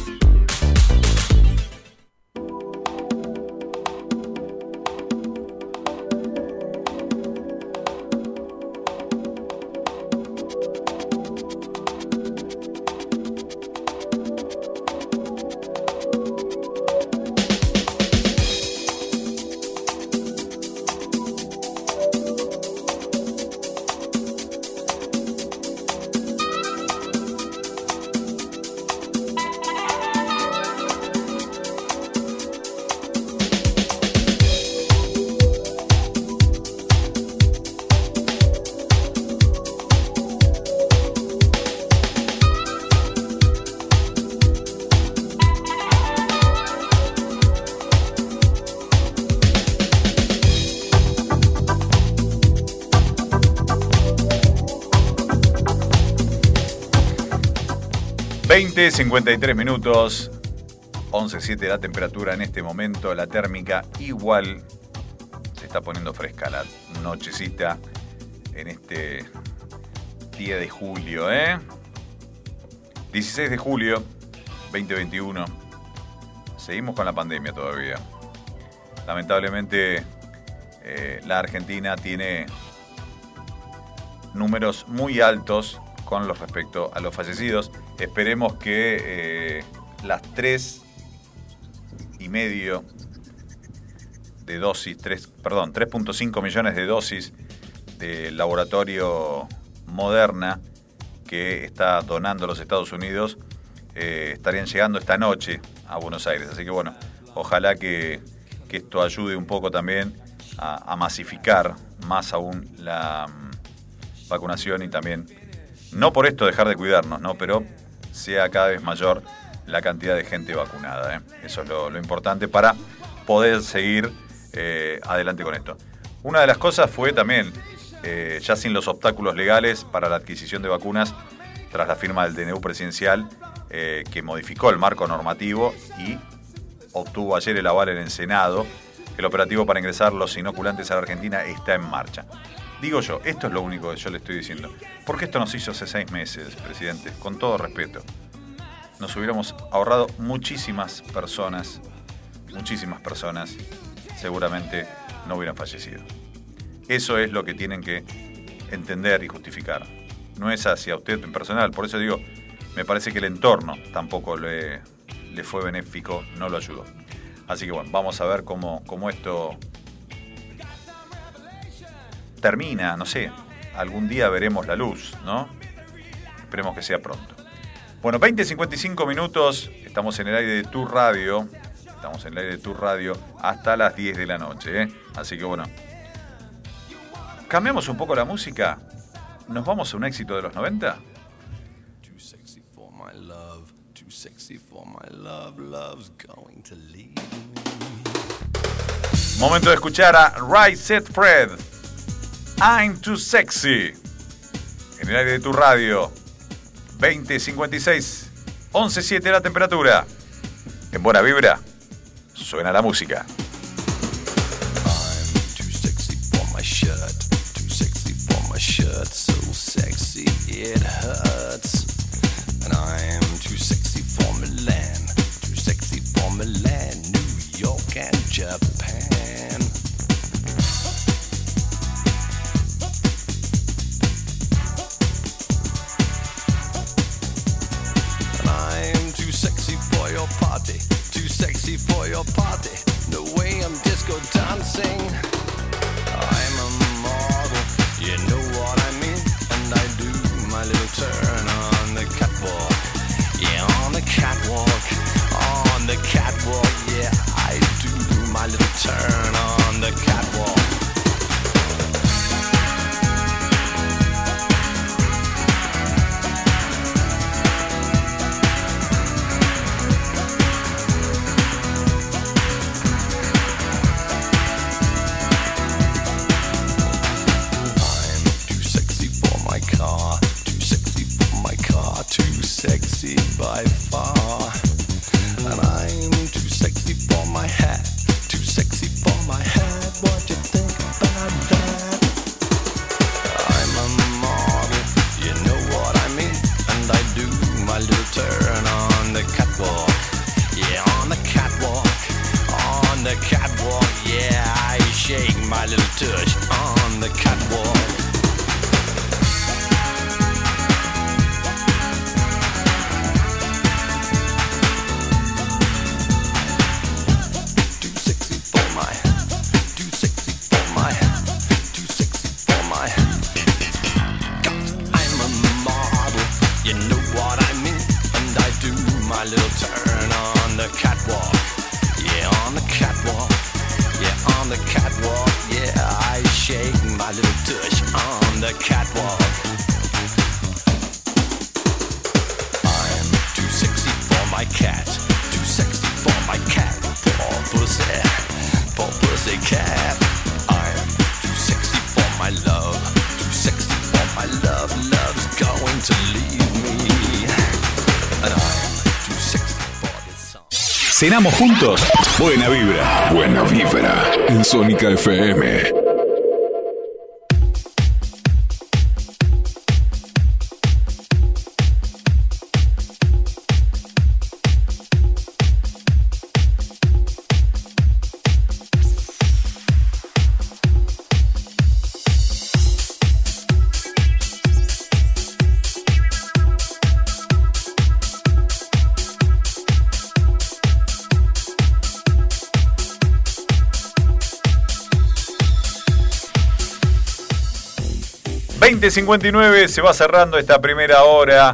veinte, cincuenta y tres minutos, once siete la temperatura en este momento, la térmica igual se está poniendo fresca la nochecita en este día de julio, ¿eh? dieciséis de julio, veinte veintiuno, seguimos con la pandemia todavía. Lamentablemente eh, la Argentina tiene números muy altos con los respecto a los fallecidos. Esperemos que eh, las tres y medio de dosis, tres, perdón, tres punto cinco millones de dosis del laboratorio Moderna que está donando los Estados Unidos, eh, estarían llegando esta noche a Buenos Aires. Así que bueno, ojalá que, que esto ayude un poco también a, a masificar más aún la um, vacunación y también, no por esto dejar de cuidarnos, ¿no? Pero sea cada vez mayor la cantidad de gente vacunada, ¿eh? Eso es lo, lo importante para poder seguir eh, adelante con esto. Una de las cosas fue también, eh, ya sin los obstáculos legales para la adquisición de vacunas, tras la firma del D N U presidencial, eh, que modificó el marco normativo y obtuvo ayer el aval en el Senado. El operativo para ingresar los inoculantes a la Argentina está en marcha. Digo yo, esto es lo único que yo le estoy diciendo. Porque esto nos hizo hace seis meses, presidente, con todo respeto. Nos hubiéramos ahorrado muchísimas personas, muchísimas personas, seguramente no hubieran fallecido. Eso es lo que tienen que entender y justificar. No es hacia usted en personal, por eso digo, me parece que el entorno tampoco le, le fue benéfico, no lo ayudó. Así que bueno, vamos a ver cómo, cómo esto termina, no sé, algún día veremos la luz, ¿no? Esperemos que sea pronto. Bueno, veinte cincuenta y cinco minutos, estamos en el aire de Tu Radio, estamos en el aire de Tu Radio hasta las diez de la noche, ¿eh? Así que bueno, cambiamos un poco la música, nos vamos a un éxito de los noventa. Momento de escuchar a Right Set Fred, I'm Too Sexy, en el aire de Tu Radio. veinte cincuenta y seis, once siete la temperatura. En Buena Vibra suena la música. I'm too sexy for my shirt, too sexy for my shirt, so sexy it hurts. And I'm too sexy for Milan, too sexy for Milan, New York and Japan. Party, too sexy for your party. No way I'm disco dancing. I'm a model, you know what I mean. And I do my little turn on the catwalk. Yeah, on the catwalk, on the catwalk. Yeah, I do my little turn on the catwalk. Sexy by far, and I'm too sexy for my hat, too sexy for my hat. What you think about that? I'm a model, you know what I mean, and I do my little turn on the catwalk. Yeah, on the catwalk, on the catwalk. Yeah, I shake my little tush on the catwalk. My little turn on the catwalk. Yeah, on the catwalk. Yeah, on the catwalk. Yeah, I shake my little tush on the catwalk. I'm too sexy for my cat. Too sexy for my cat. Poor pussy. Poor pussy cat. I'm too sexy for my love. Too sexy for my love. Love's going to leave me. And I'm cenamos juntos. Buena Vibra. Buena Vibra. En Sónica F M. veinte cincuenta y nueve, se va cerrando esta primera hora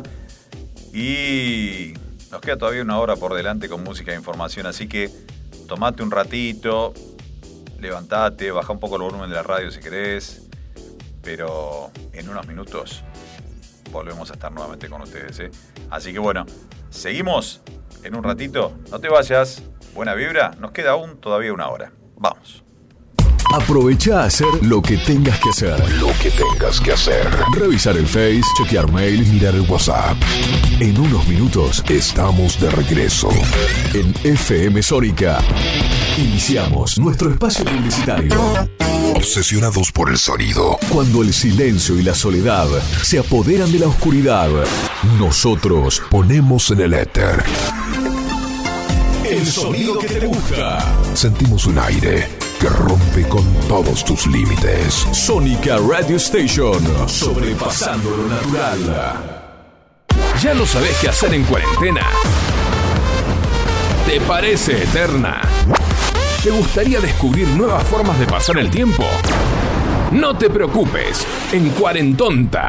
y nos queda todavía una hora por delante con música e información, así que tomate un ratito, levantate, baja un poco el volumen de la radio si querés, pero en unos minutos volvemos a estar nuevamente con ustedes, ¿eh? Así que bueno, seguimos en un ratito, no te vayas, buena vibra, nos queda aún todavía una hora, vamos. Aprovecha a hacer lo que tengas que hacer. Lo que tengas que hacer. Revisar el Face, chequear mail, mirar el WhatsApp. En unos minutos estamos de regreso. En F M Sónica iniciamos nuestro espacio publicitario. Obsesionados por el sonido. Cuando el silencio y la soledad se apoderan de la oscuridad, nosotros ponemos en el éter el sonido que te gusta. Sentimos un aire que rompe con todos tus límites. Sónica Radio Station, sobrepasando lo natural. ¿Ya no sabés qué hacer en cuarentena? ¿Te parece eterna? ¿Te gustaría descubrir nuevas formas de pasar el tiempo? No te preocupes, en Cuarentonta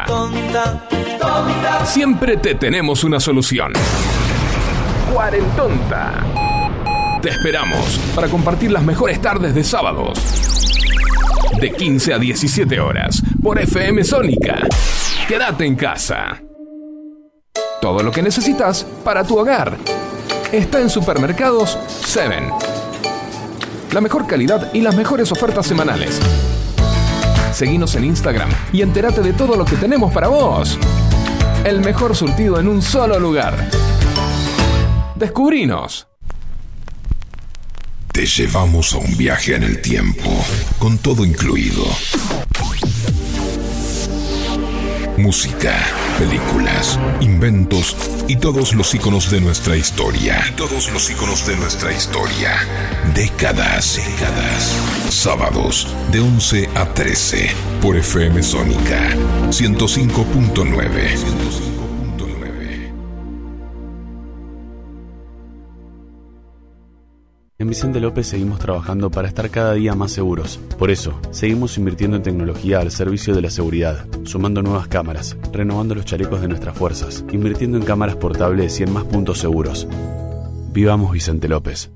siempre te tenemos una solución. Cuarentonta. Te esperamos para compartir las mejores tardes de sábados. De quince a diecisiete horas por F M Sónica. Quédate en casa. Todo lo que necesitas para tu hogar está en Supermercados Seven. La mejor calidad y las mejores ofertas semanales. Seguinos en Instagram y entérate de todo lo que tenemos para vos. El mejor surtido en un solo lugar. Descubrinos. Te llevamos a un viaje en el tiempo, con todo incluido. Música, películas, inventos y todos los íconos de nuestra historia. Y todos los íconos de nuestra historia. Décadas, décadas. Sábados de once a trece por F M Sónica ciento cinco punto nueve. En Vicente López seguimos trabajando para estar cada día más seguros. Por eso, seguimos invirtiendo en tecnología al servicio de la seguridad, sumando nuevas cámaras, renovando los chalecos de nuestras fuerzas, invirtiendo en cámaras portables y en más puntos seguros. Vivamos Vicente López.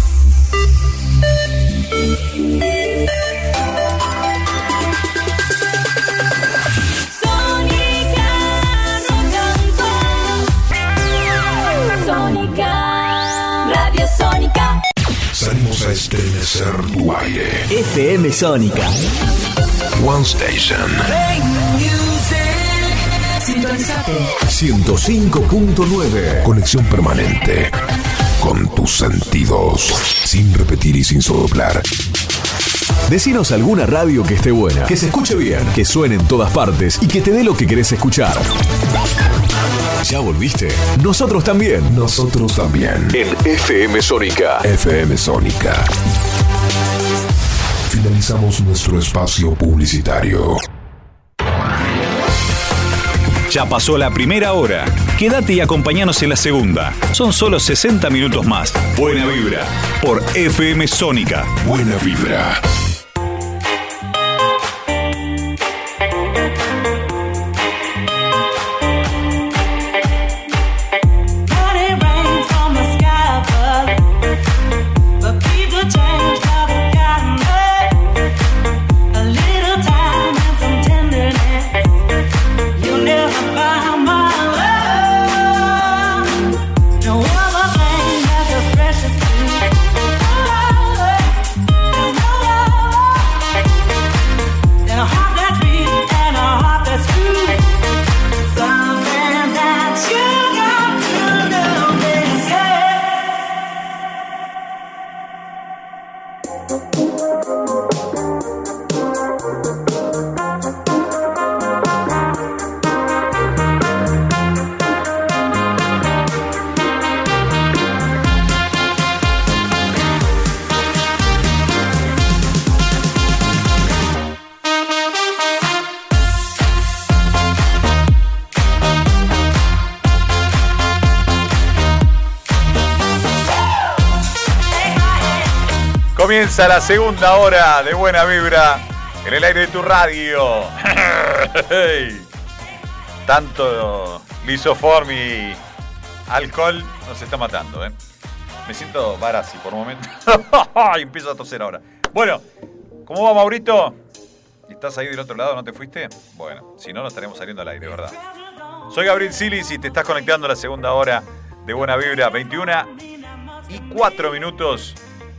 Salimos a estremecer tu aire. F M Sónica. One Station. ciento cinco punto nueve. Conexión permanente con tus sentidos. Sin repetir y sin soplar. Decinos alguna radio que esté buena, que se escuche bien, que suene en todas partes y que te dé lo que querés escuchar. ¿Ya volviste? Nosotros también. Nosotros también. En F M Sónica. F M Sónica. Finalizamos nuestro espacio publicitario. Ya pasó la primera hora. Quédate y acompáñanos en la segunda. Son solo sesenta minutos más. Buena vibra. Por F M Sónica. Buena vibra. Comienza la segunda hora de Buena Vibra En el aire de tu radio. Tanto lisoform y alcohol nos está matando, ¿eh? Me siento Barassi por momentos. Y empiezo a toser ahora. Bueno, ¿cómo va, Maurito? ¿Estás ahí del otro lado? ¿No te fuiste? Bueno, si no, nos estaremos saliendo al aire, ¿verdad? Soy Gabriel Silis y te estás conectando a la segunda hora de Buena Vibra. veintiuna y cuatro minutos.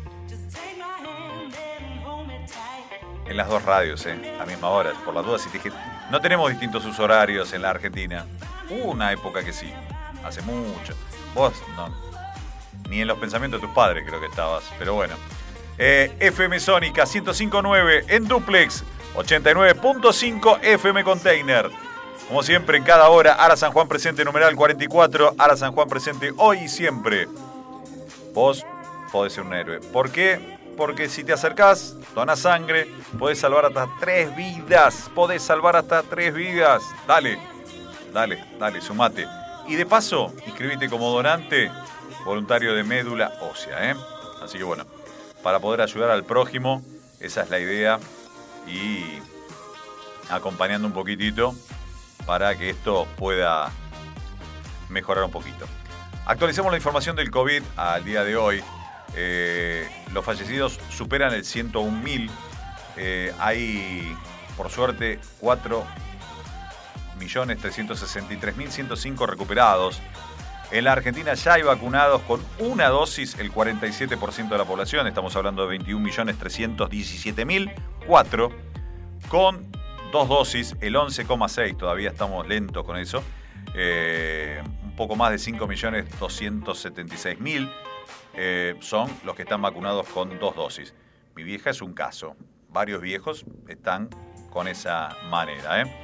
En las dos radios, ¿eh? A misma hora. Por las dudas, si te dije... No tenemos distintos usos horarios en la Argentina. Hubo una época que sí. Hace mucho. Vos, no. Ni en los pensamientos de tus padres creo que estabas. Pero bueno. Eh, F M Sónica ciento cinco punto nueve en Duplex. ochenta y nueve punto cinco F M Container. Como siempre, en cada hora, Ara San Juan presente, numeral cuarenta y cuatro. Ara San Juan presente hoy y siempre. Vos podés ser un héroe. ¿Por qué? Porque si te acercás, donás sangre, podés salvar hasta tres vidas. Podés salvar hasta tres vidas. Dale, dale, dale, sumate. Y de paso, inscribite como donante voluntario de médula ósea, ¿eh? Así que bueno, para poder ayudar al prójimo, esa es la idea. Y acompañando un poquitito para que esto pueda mejorar un poquito. Actualicemos la información del COVID al día de hoy. Eh, los fallecidos superan el ciento un mil. Eh, hay, por suerte, cuatro millones trescientos sesenta y tres mil ciento cinco recuperados. En la Argentina ya hay vacunados con una dosis el cuarenta y siete por ciento de la población. Estamos hablando de veintiún millones trescientos diecisiete mil cuatro. Con dos dosis, el once coma seis. Todavía estamos lentos con eso. Eh, un poco más de cinco millones doscientos setenta y seis mil. Eh, son los que están vacunados con dos dosis. Mi vieja es un caso. Varios viejos están con esa manera, ¿eh?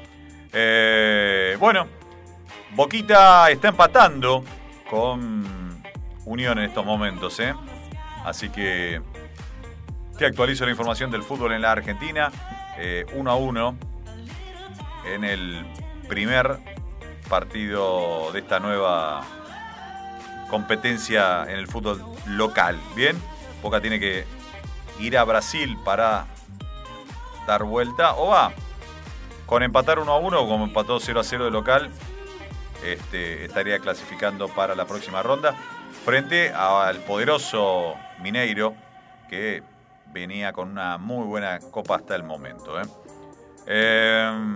Eh, bueno, Boquita está empatando con Unión en estos momentos, ¿eh? Así que te actualizo la información del fútbol en la Argentina. Eh, uno a uno en el primer partido de esta nueva competencia en el fútbol local. Bien, Boca tiene que ir a Brasil para dar vuelta, o va con empatar uno a uno, o como empató cero a cero de local, este, estaría clasificando para la próxima ronda frente al poderoso Mineiro, que venía con una muy buena copa hasta el momento, ¿eh? Eh,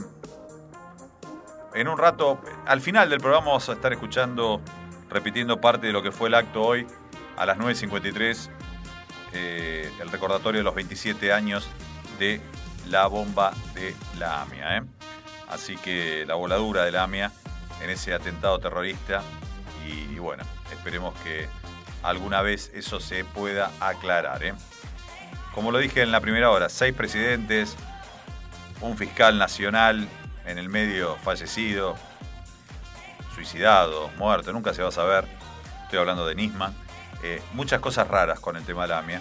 en un rato, al final del programa, vamos a estar escuchando, repitiendo parte de lo que fue el acto hoy a las nueve cincuenta y tres, eh, el recordatorio de los veintisiete años de la bomba de la AMIA, ¿eh? Así que la voladura de la AMIA en ese atentado terrorista, y, y bueno, esperemos que alguna vez eso se pueda aclarar, ¿eh? Como lo dije en la primera hora, seis presidentes, un fiscal nacional en el medio fallecido, suicidado, muerto, nunca se va a saber. Estoy hablando de Nisman. Eh, muchas cosas raras con el tema de la AMIA.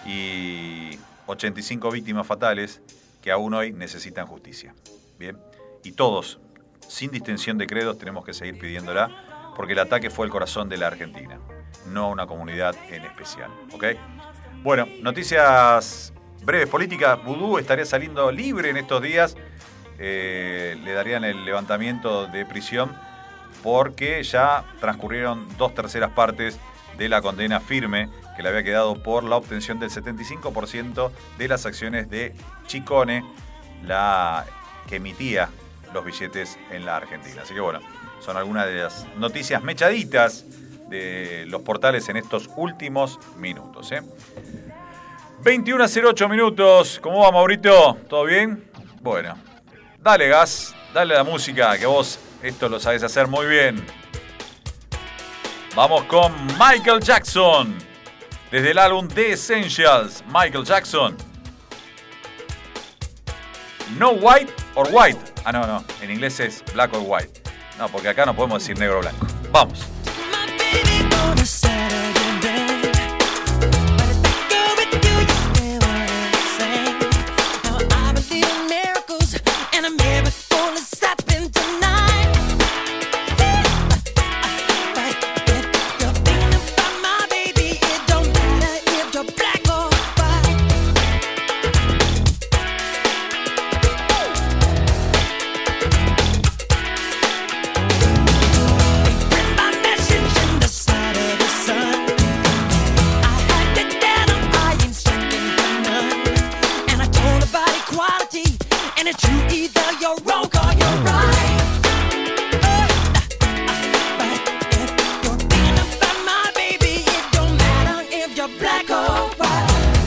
Y ochenta y cinco víctimas fatales que aún hoy necesitan justicia. Bien. Y todos, sin distinción de credos, tenemos que seguir pidiéndola, porque el ataque fue el corazón de la Argentina, no una comunidad en especial. ¿Ok? Bueno, noticias breves políticas. Vudú estaría saliendo libre en estos días. Eh, le darían el levantamiento de prisión porque ya transcurrieron dos terceras partes de la condena firme que le había quedado por la obtención del setenta y cinco por ciento de las acciones de Chicone, la que emitía los billetes en la Argentina. Así que bueno, son algunas de las noticias mechaditas de los portales en estos últimos minutos, ¿eh? veintiuno a cero ocho minutos. ¿Cómo va, Maurito? ¿Todo bien? Bueno, dale gas, dale la música, que vos esto lo sabés hacer muy bien. Vamos con Michael Jackson, desde el álbum The Essentials. Michael Jackson. No white or white. Ah, no, no. En inglés es black or white. No, porque acá no podemos decir negro o blanco. Vamos. black or white.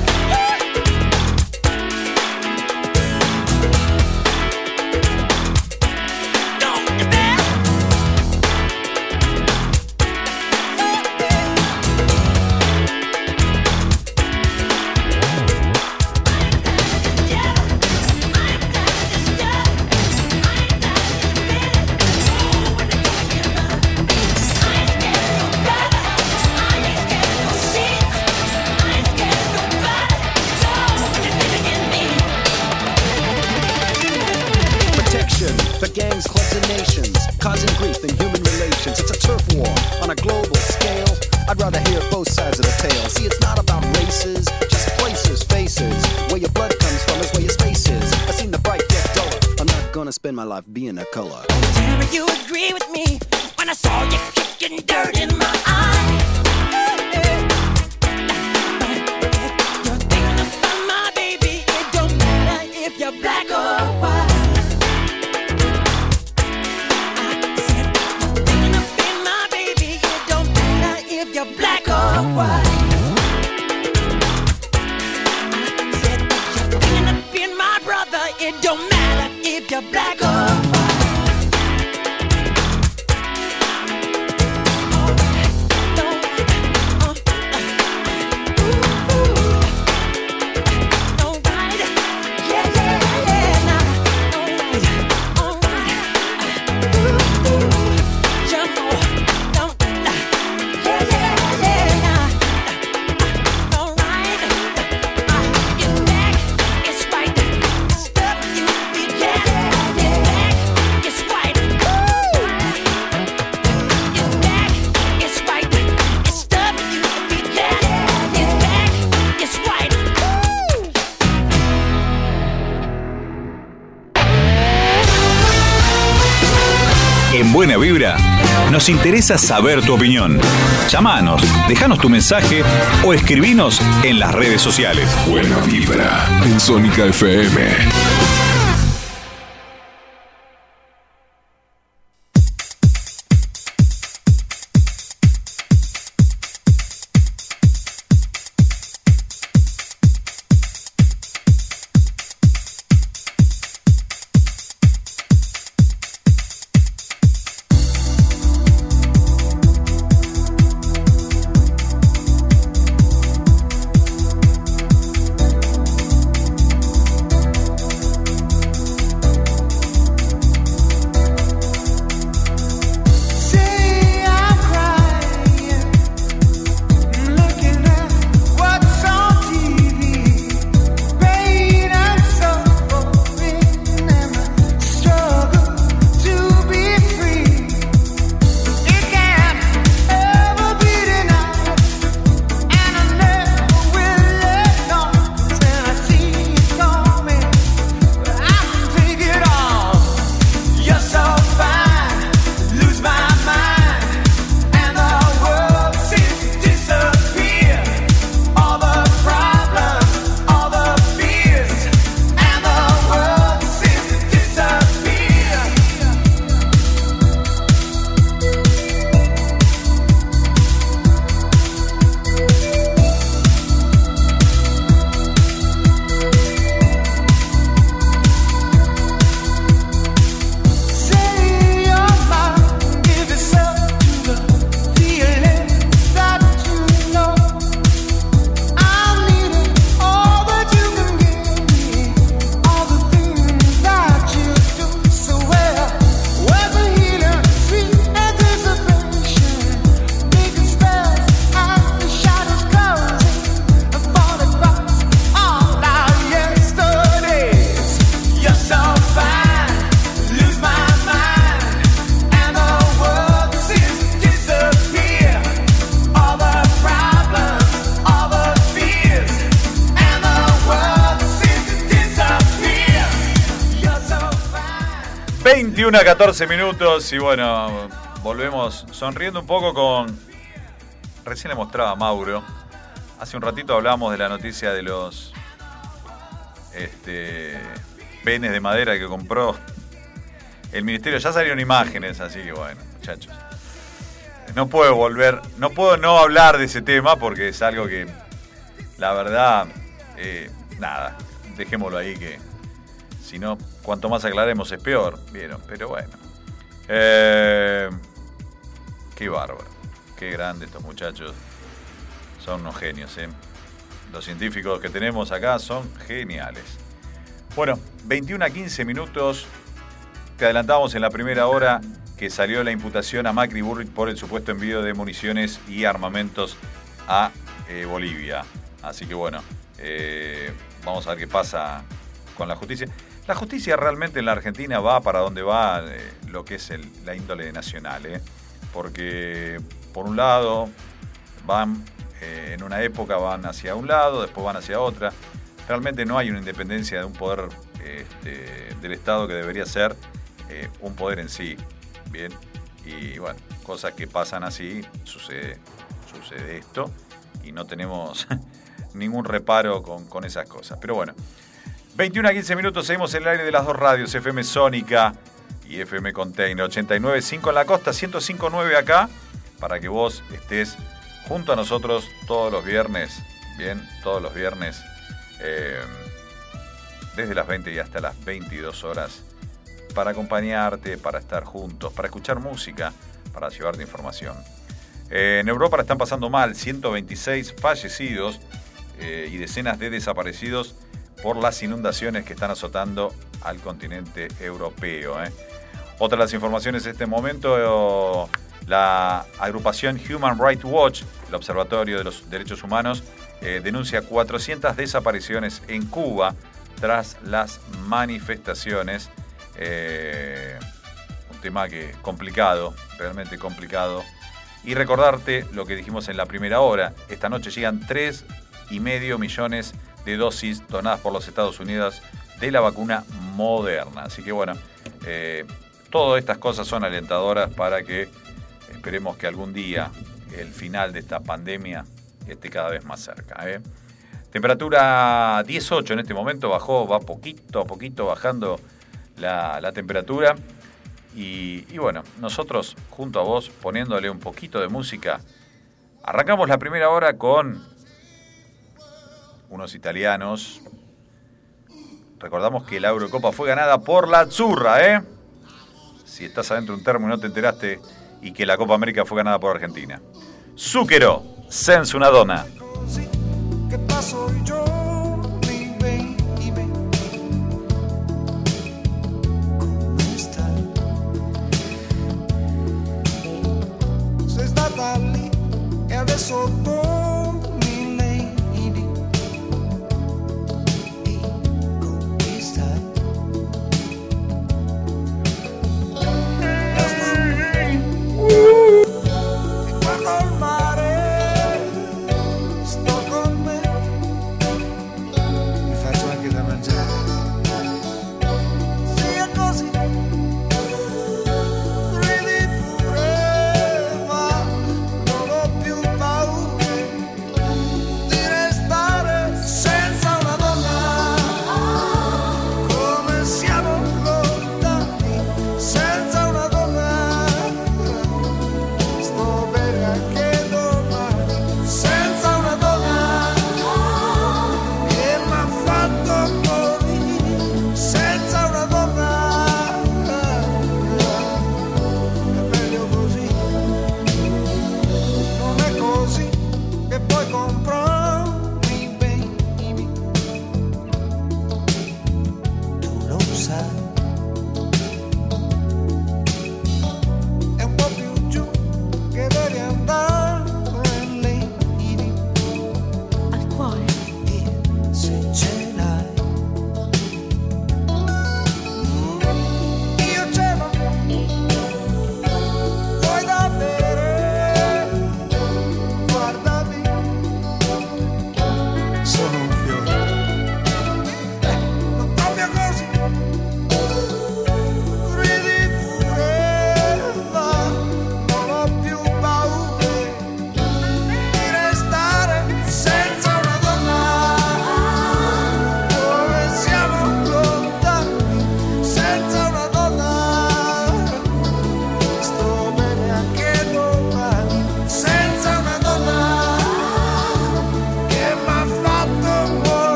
For gangs, clubs, and nations, causing grief in human relations. It's a turf war on a global scale. I'd rather hear both sides of the tale. See, it's not about races, just places, faces. Where your blood comes from is where your space is. I've seen the bright get duller. I'm not gonna spend my life being a color. Tell me you agree with me when I saw you kicking dirt in my eye. You're thinking about my baby. It don't matter if you're black or white. You're black or white. I said that you're thinking of being my brother. It don't matter if you're black or white. En Buena Vibra, nos interesa saber tu opinión. Llámanos, déjanos tu mensaje o escribinos en las redes sociales. Buena Vibra en Sónica F M. veintiuno a catorce minutos y bueno, volvemos sonriendo un poco con... Recién le mostraba a Mauro. Hace un ratito hablamos de la noticia de los este, penes de madera que compró el ministerio. Ya salieron imágenes, así que bueno, muchachos. No puedo volver, no puedo no hablar de ese tema porque es algo que la verdad, eh, nada, dejémoslo ahí que si no, cuanto más aclaremos es peor, ¿vieron? Pero bueno. Eh, qué bárbaro, qué grande estos muchachos. Son unos genios, ¿eh? Los científicos que tenemos acá son geniales. Bueno, veintiuno a quince minutos. Te adelantamos en la primera hora que salió la imputación a Macri y Burrich por el supuesto envío de municiones y armamentos a eh, Bolivia. Así que bueno, eh, vamos a ver qué pasa con la justicia. La justicia realmente en la Argentina va para donde va eh, lo que es el, la índole nacional, ¿eh? Porque por un lado van, eh, en una época van hacia un lado, después van hacia otra. Realmente no hay una independencia de un poder este, del Estado que debería ser eh, un poder en sí. Bien, y bueno, cosas que pasan así, sucede, sucede esto y no tenemos ningún reparo con, con esas cosas. Pero bueno, veintiuno a quince minutos, seguimos en el aire de las dos radios, F M Sónica y F M Container, ochenta y nueve punto cinco en la costa, ciento cinco punto nueve acá, para que vos estés junto a nosotros todos los viernes, bien, todos los viernes, eh, desde las veinte y hasta las veintidós horas, para acompañarte, para estar juntos, para escuchar música, para llevarte información. Eh, en Europa la están pasando mal, ciento veintiséis fallecidos eh, y decenas de desaparecidos por las inundaciones que están azotando al continente europeo. ¿eh? Otra de las informaciones en este momento, eh, la agrupación Human Rights Watch, el Observatorio de los Derechos Humanos, eh, denuncia cuatrocientas desapariciones en Cuba tras las manifestaciones. Eh, un tema que complicado, realmente complicado. Y recordarte lo que dijimos en la primera hora. Esta noche llegan tres y medio millones de dosis donadas por los Estados Unidos de la vacuna Moderna. Así que bueno, eh, todas estas cosas son alentadoras para que esperemos que algún día el final de esta pandemia esté cada vez más cerca. ¿eh? Temperatura dieciocho en este momento, bajó, va poquito a poquito bajando La, la temperatura y, y bueno, nosotros junto a vos poniéndole un poquito de música, arrancamos la primera hora con unos italianos. Recordamos que la Eurocopa fue ganada por la Azzurra, ¿eh? Si estás adentro de un termo y no te enteraste, y que la Copa América fue ganada por Argentina. Zucchero, senza una donna. ¿Qué pasó yo? Lì e adesso torni lady e come stai? Io sto qui e guardo il mare, sto con me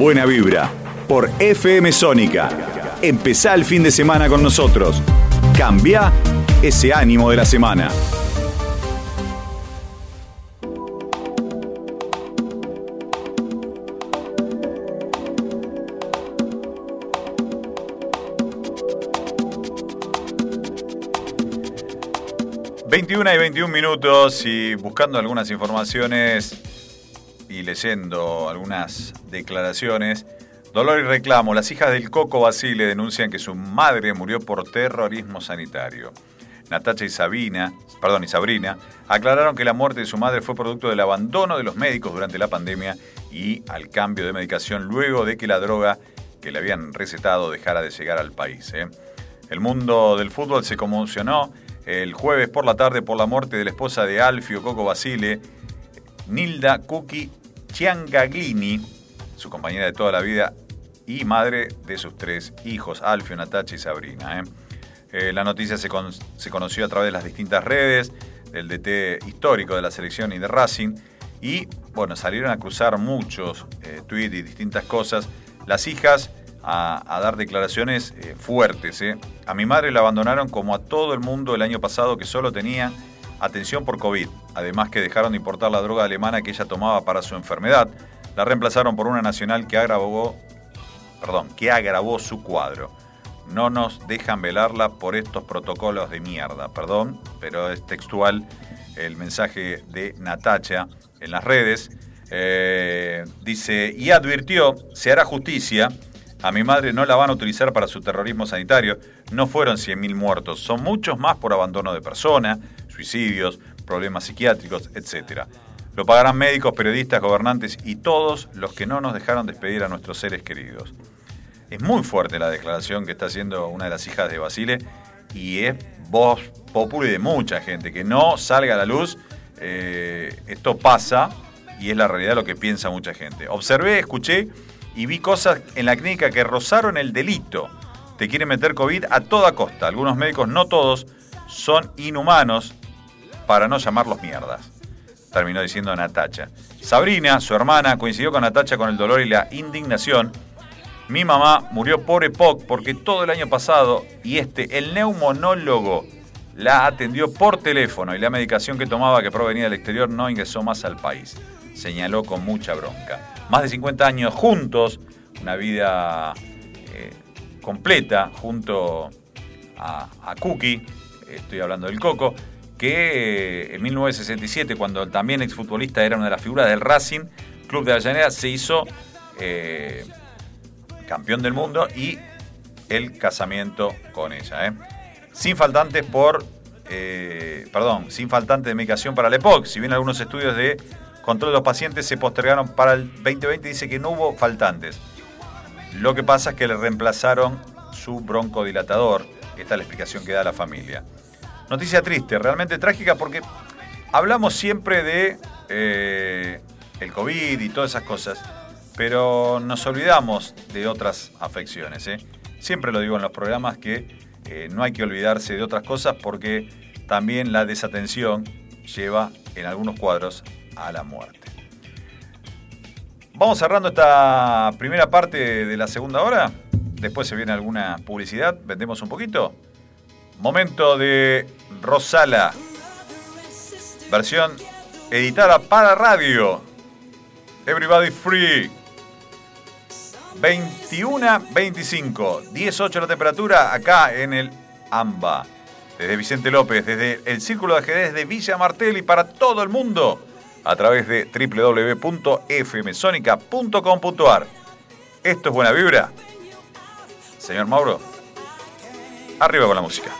Buena Vibra, por F M Sónica. Empezá el fin de semana con nosotros. Cambia ese ánimo de la semana. veintiuna y veintiún minutos y buscando algunas informaciones y leyendo algunas declaraciones. Dolor y reclamo. Las hijas del Coco Basile denuncian que su madre murió por terrorismo sanitario. Natacha y Sabina, perdón, y Sabrina aclararon que la muerte de su madre fue producto del abandono de los médicos durante la pandemia y al cambio de medicación luego de que la droga que le habían recetado dejara de llegar al país. ¿eh? El mundo del fútbol se conmocionó el jueves por la tarde por la muerte de la esposa de Alfio Coco Basile, Nilda Cuqui Ciangaglini, su compañera de toda la vida y madre de sus tres hijos, Alfio, Natacha y Sabrina. ¿eh? Eh, la noticia se, con, se conoció a través de las distintas redes del D T histórico de la selección y de Racing y, bueno, salieron a cruzar muchos eh, tweets y distintas cosas. Las hijas a, a dar declaraciones eh, fuertes. ¿eh? A mi madre la abandonaron como a todo el mundo el año pasado que solo tenía atención por COVID. Además que dejaron de importar la droga alemana que ella tomaba para su enfermedad. La reemplazaron por una nacional que agravó, perdón, que agravó su cuadro. No nos dejan velarla por estos protocolos de mierda. Perdón, pero es textual el mensaje de Natacha en las redes. Eh, dice, y advirtió, se hará justicia. A mi madre no la van a utilizar para su terrorismo sanitario. No fueron cien mil muertos. Son muchos más por abandono de persona, suicidios, problemas psiquiátricos, etcétera. Lo pagarán médicos, periodistas, gobernantes y todos los que no nos dejaron despedir a nuestros seres queridos. Es muy fuerte la declaración que está haciendo una de las hijas de Basile y es voz populi de mucha gente. Que no salga a la luz, eh, esto pasa y es la realidad lo que piensa mucha gente. Observé, escuché y vi cosas en la clínica que rozaron el delito. Te quieren meter COVID a toda costa. Algunos médicos, no todos, son inhumanos para no llamarlos mierdas. Terminó diciendo Natacha. Sabrina, su hermana, coincidió con Natacha con el dolor y la indignación. Mi mamá murió por EPOC porque todo el año pasado, y este, el neumonólogo, la atendió por teléfono y la medicación que tomaba, que provenía del exterior, no ingresó más al país. Señaló con mucha bronca. Más de cincuenta años juntos, una vida eh, completa junto a, a Cookie, estoy hablando del Coco, que eh, en mil novecientos sesenta y siete, cuando también exfutbolista era una de las figuras del Racing, Club de Avellaneda, se hizo eh, campeón del mundo y el casamiento con ella. ¿eh? Sin faltantes por, eh, perdón, sin faltantes de medicación para la EPOC, si bien algunos estudios de control de los pacientes se postergaron para el veinte veinte, dice que no hubo faltantes. Lo que pasa es que le reemplazaron su broncodilatador. Esta es la explicación que da la familia. Noticia triste, realmente trágica, porque hablamos siempre de eh, el COVID y todas esas cosas, pero nos olvidamos de otras afecciones. ¿eh? Siempre lo digo en los programas que eh, no hay que olvidarse de otras cosas porque también la desatención lleva en algunos cuadros a la muerte. Vamos cerrando esta primera parte de la segunda hora. Después se viene alguna publicidad. Vendemos un poquito. Momento de Rosala. Versión editada para radio. Everybody Free. veintiuno veinticinco. dieciocho la temperatura acá en el AMBA. Desde Vicente López, desde el Círculo de Ajedrez de Villa Martelli para todo el mundo. A través de doble u doble u doble u punto f m sonica punto com punto a r. Esto es Buena Vibra. Señor Mauro, arriba con la música.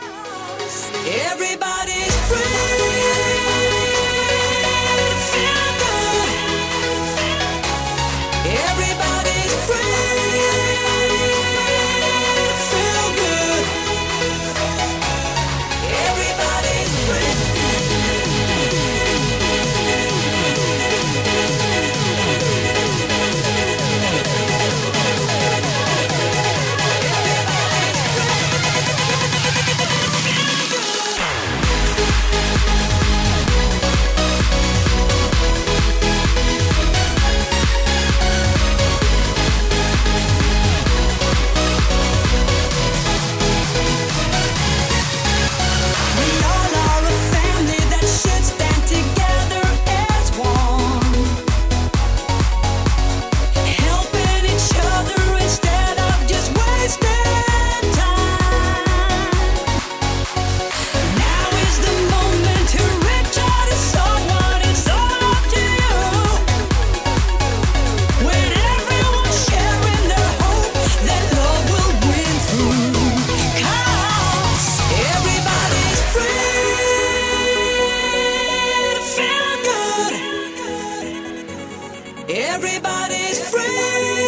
Everybody's free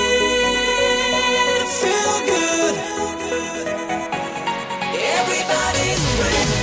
to feel good. Everybody's free.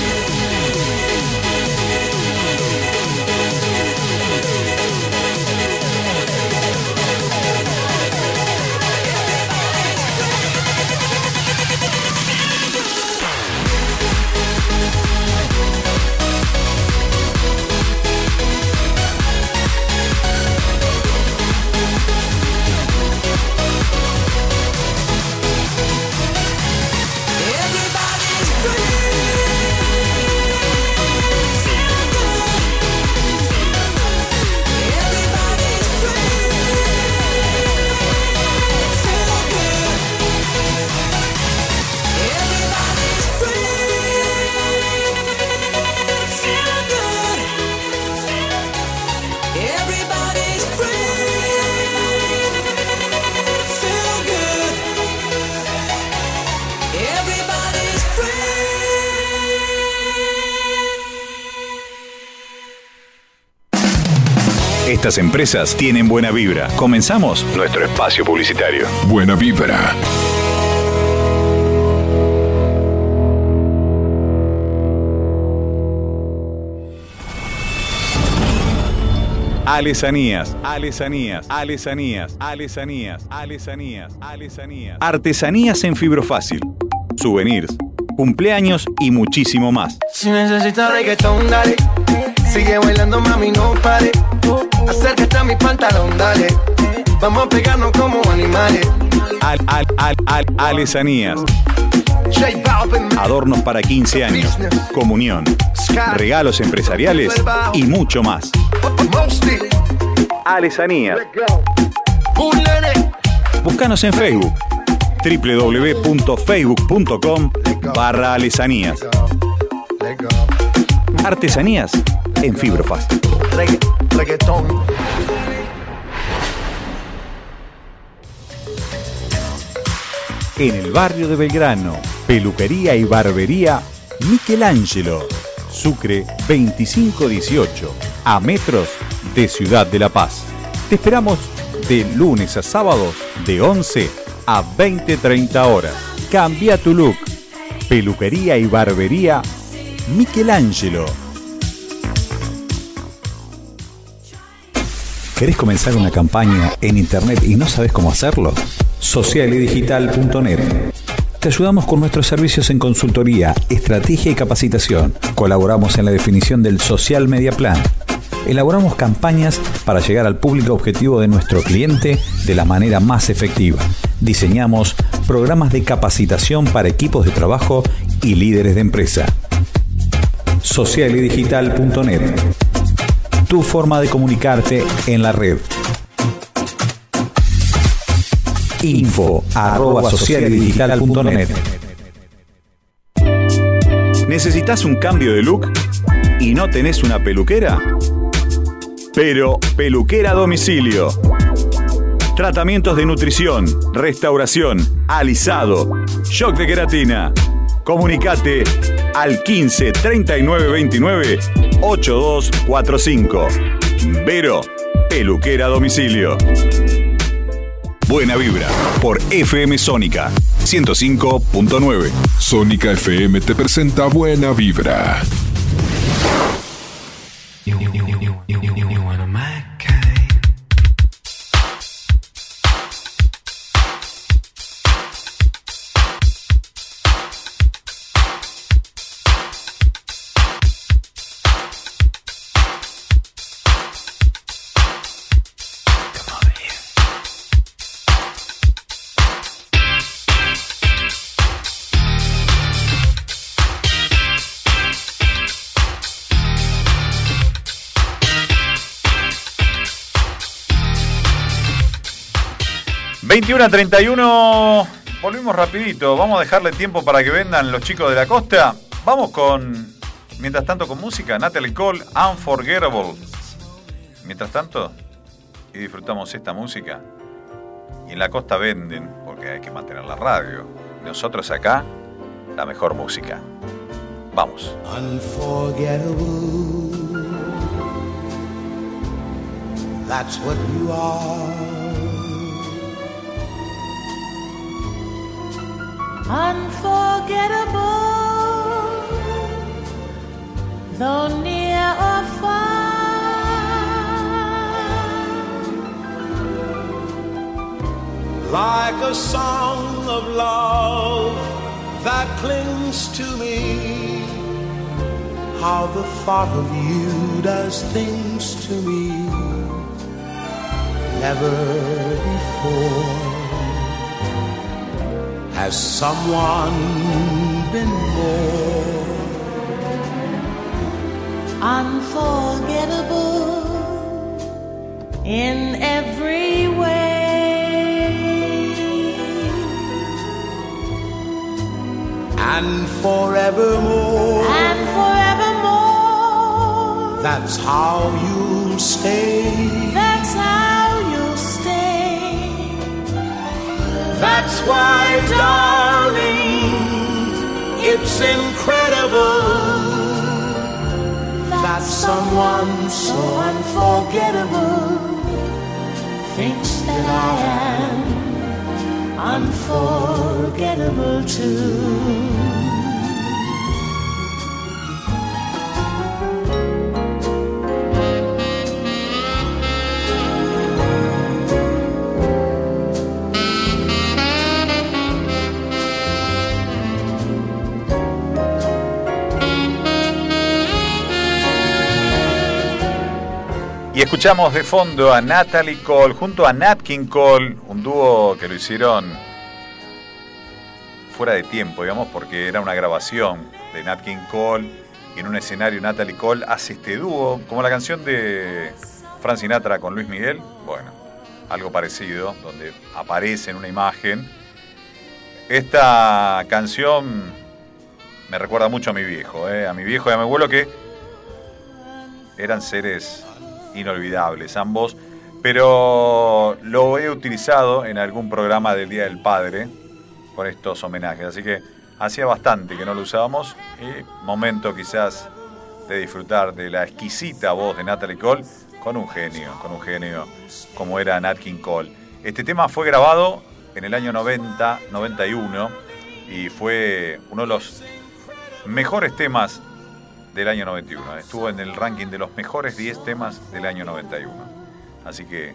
Estas empresas tienen buena vibra. Comenzamos nuestro espacio publicitario. Buena vibra. Alesanías, alesanías, alesanías, alesanías, alesanías, alesanías. Artesanías en fibrofácil. Souvenirs, cumpleaños y muchísimo más. Si necesitas reggaetón, dale. Sigue bailando, mami, no pare. Acércate a mi pantalón, dale. Vamos a pegarnos como animales. Al, al, al, al, alesanías. Adornos para quince años, comunión, regalos empresariales y mucho más. Alesanías. Búscanos en Facebook. doble u doble u doble u punto facebook punto com barra alesanías. Artesanías en fibrofácil. Reggaetón. En el barrio de Belgrano, peluquería y barbería Michelangelo, Sucre veinticinco dieciocho, a metros de Ciudad de La Paz. Te esperamos de lunes a sábados de once a veinte treinta horas. Cambia tu look. Peluquería y barbería Michelangelo. ¿Querés comenzar una campaña en internet y no sabes cómo hacerlo? social y digital punto net. Te ayudamos con nuestros servicios en consultoría, estrategia y capacitación. Colaboramos en la definición del Social Media Plan. Elaboramos campañas para llegar al público objetivo de nuestro cliente de la manera más efectiva. Diseñamos programas de capacitación para equipos de trabajo y líderes de empresa. social y digital punto net. Tu forma de comunicarte en la red. Info arroba social y digital punto net. ¿Necesitas un cambio de look y no tenés una peluquera? Pero Peluquera a Domicilio. Tratamientos de nutrición, restauración, alisado, shock de queratina. Comunicate al quince treinta y nueve veintinueve ochenta y dos cuarenta y cinco. Vero, Peluquera a Domicilio. Buena vibra por F M Sónica ciento cinco punto nueve. Sónica F M te presenta Buena Vibra. veintiuno a treinta y uno, volvimos rapidito, vamos a dejarle tiempo para que vendan los chicos de la costa. Vamos con, mientras tanto con música, Natalie Cole, Unforgettable. Mientras tanto, y disfrutamos esta música. Y en la costa venden, porque hay que mantener la radio. Nosotros acá, la mejor música. Vamos. Unforgettable. that's what you are. Unforgettable, though near or far, like a song of love that clings to me. How the thought of you does things to me never before has someone been more unforgettable in every way, and forevermore, and forevermore, that's how you'll stay, that's how you'll stay. That's why, darling, it's incredible that someone so unforgettable thinks that I am unforgettable too. Y escuchamos de fondo a Natalie Cole junto a Nat King Cole, un dúo que lo hicieron fuera de tiempo, digamos, porque era una grabación de Nat King Cole y en un escenario Natalie Cole hace este dúo, como la canción de Frank Sinatra con Luis Miguel, bueno, algo parecido, donde aparece en una imagen. Esta canción me recuerda mucho a mi viejo, ¿eh? a mi viejo y a mi abuelo, que eran seres inolvidables ambos, pero lo he utilizado en algún programa del Día del Padre con estos homenajes, así que hacía bastante que no lo usábamos y momento quizás de disfrutar de la exquisita voz de Natalie Cole con un genio, con un genio como era Nat King Cole. Este tema fue grabado en el año noventa, noventa y uno y fue uno de los mejores temas del año noventa y uno. Estuvo en el ranking de los mejores diez temas del año noventa y uno. Así que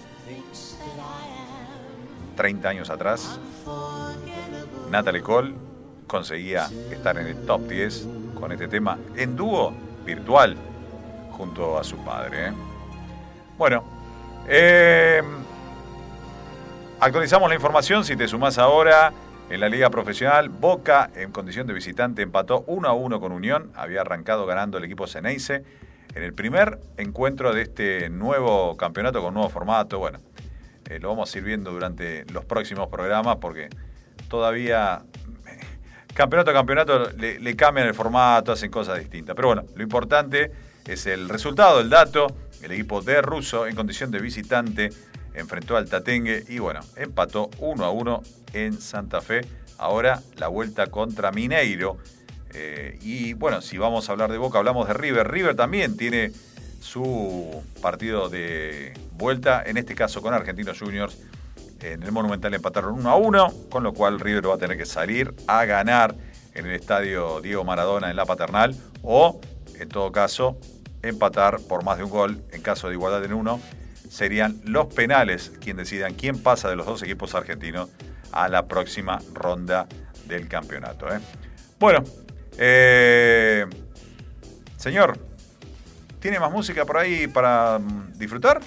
treinta años atrás, Natalie Cole conseguía estar en el top diez con este tema en dúo virtual junto a su padre. ¿eh? Bueno, eh, actualizamos la información. Si te sumás ahora, en la Liga Profesional, Boca, en condición de visitante, empató uno a uno con Unión. Había arrancado ganando el equipo Ceneice en el primer encuentro de este nuevo campeonato con nuevo formato. Bueno, eh, lo vamos a ir viendo durante los próximos programas porque todavía eh, campeonato a campeonato le, le cambian el formato, hacen cosas distintas. Pero bueno, lo importante es el resultado, el dato. El equipo de Russo, en condición de visitante, enfrentó al Tatengue y bueno, empató uno a uno en Santa Fe. Ahora la vuelta contra Mineiro. Eh, y bueno, si vamos a hablar de Boca, hablamos de River. River también tiene su partido de vuelta, en este caso con Argentinos Juniors. En el Monumental empataron uno a uno, con lo cual River va a tener que salir a ganar en el estadio Diego Maradona en La Paternal, o en todo caso empatar por más de un gol. En caso de igualdad en uno, serían los penales quien decidan quién pasa de los dos equipos argentinos a la próxima ronda del campeonato. ¿eh? Bueno, eh, señor, ¿tiene más música por ahí para disfrutar?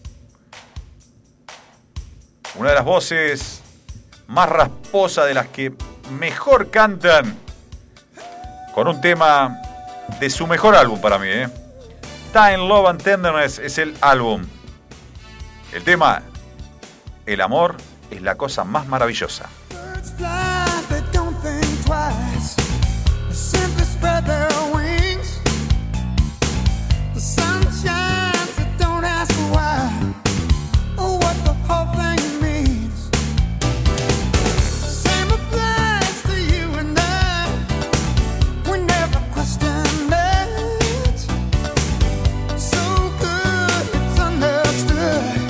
Una de las voces más rasposas, de las que mejor cantan, con un tema de su mejor álbum para mí. ¿eh? Time, Love and Tenderness es el álbum. El tema, el amor es la cosa más maravillosa. So good, it's understood.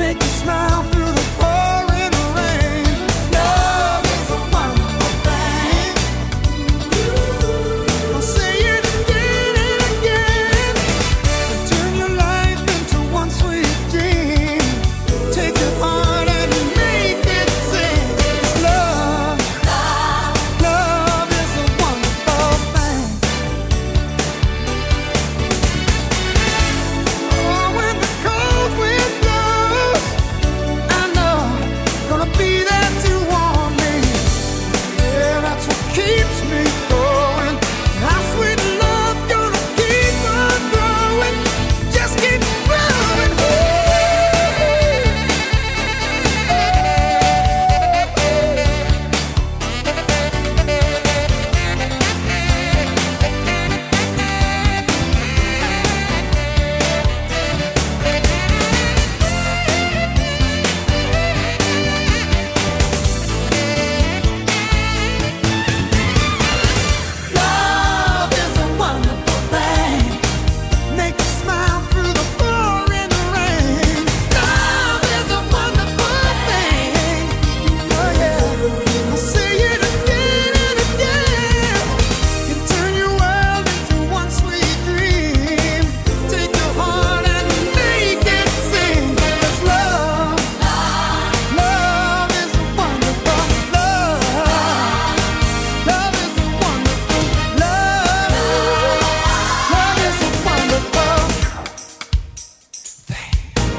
make you smile through the pouring rain. Love is a wonderful thing. I'll say it again and again. Turn your life into one sweet dream. Take your heart and make it sing. It's love. Love is a wonderful thing. Oh, when the cold wind blows, I know you're gonna be there to warm me. Yeah, that's what keeps me going. Our sweet love gonna keep on growing. Just keep growing. Love is a wonderful thing. Make you smile through the pouring rain. Love is a wonderful thing. Oh yeah, I'll say it again and again. You turn your world into one sweet dream. Take your heart and make it sing. 'Cause love, love is a wonderful love. Love is a wonderful love. Love is a wonderful thing.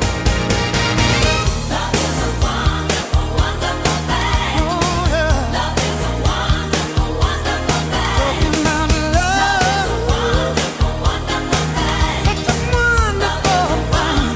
Love is a wonderful, wonderful thing. Oh yeah. Love is a wonderful, wonderful thing. Talking about love. Wonderful, wonderful thing. Such a wonderful thing.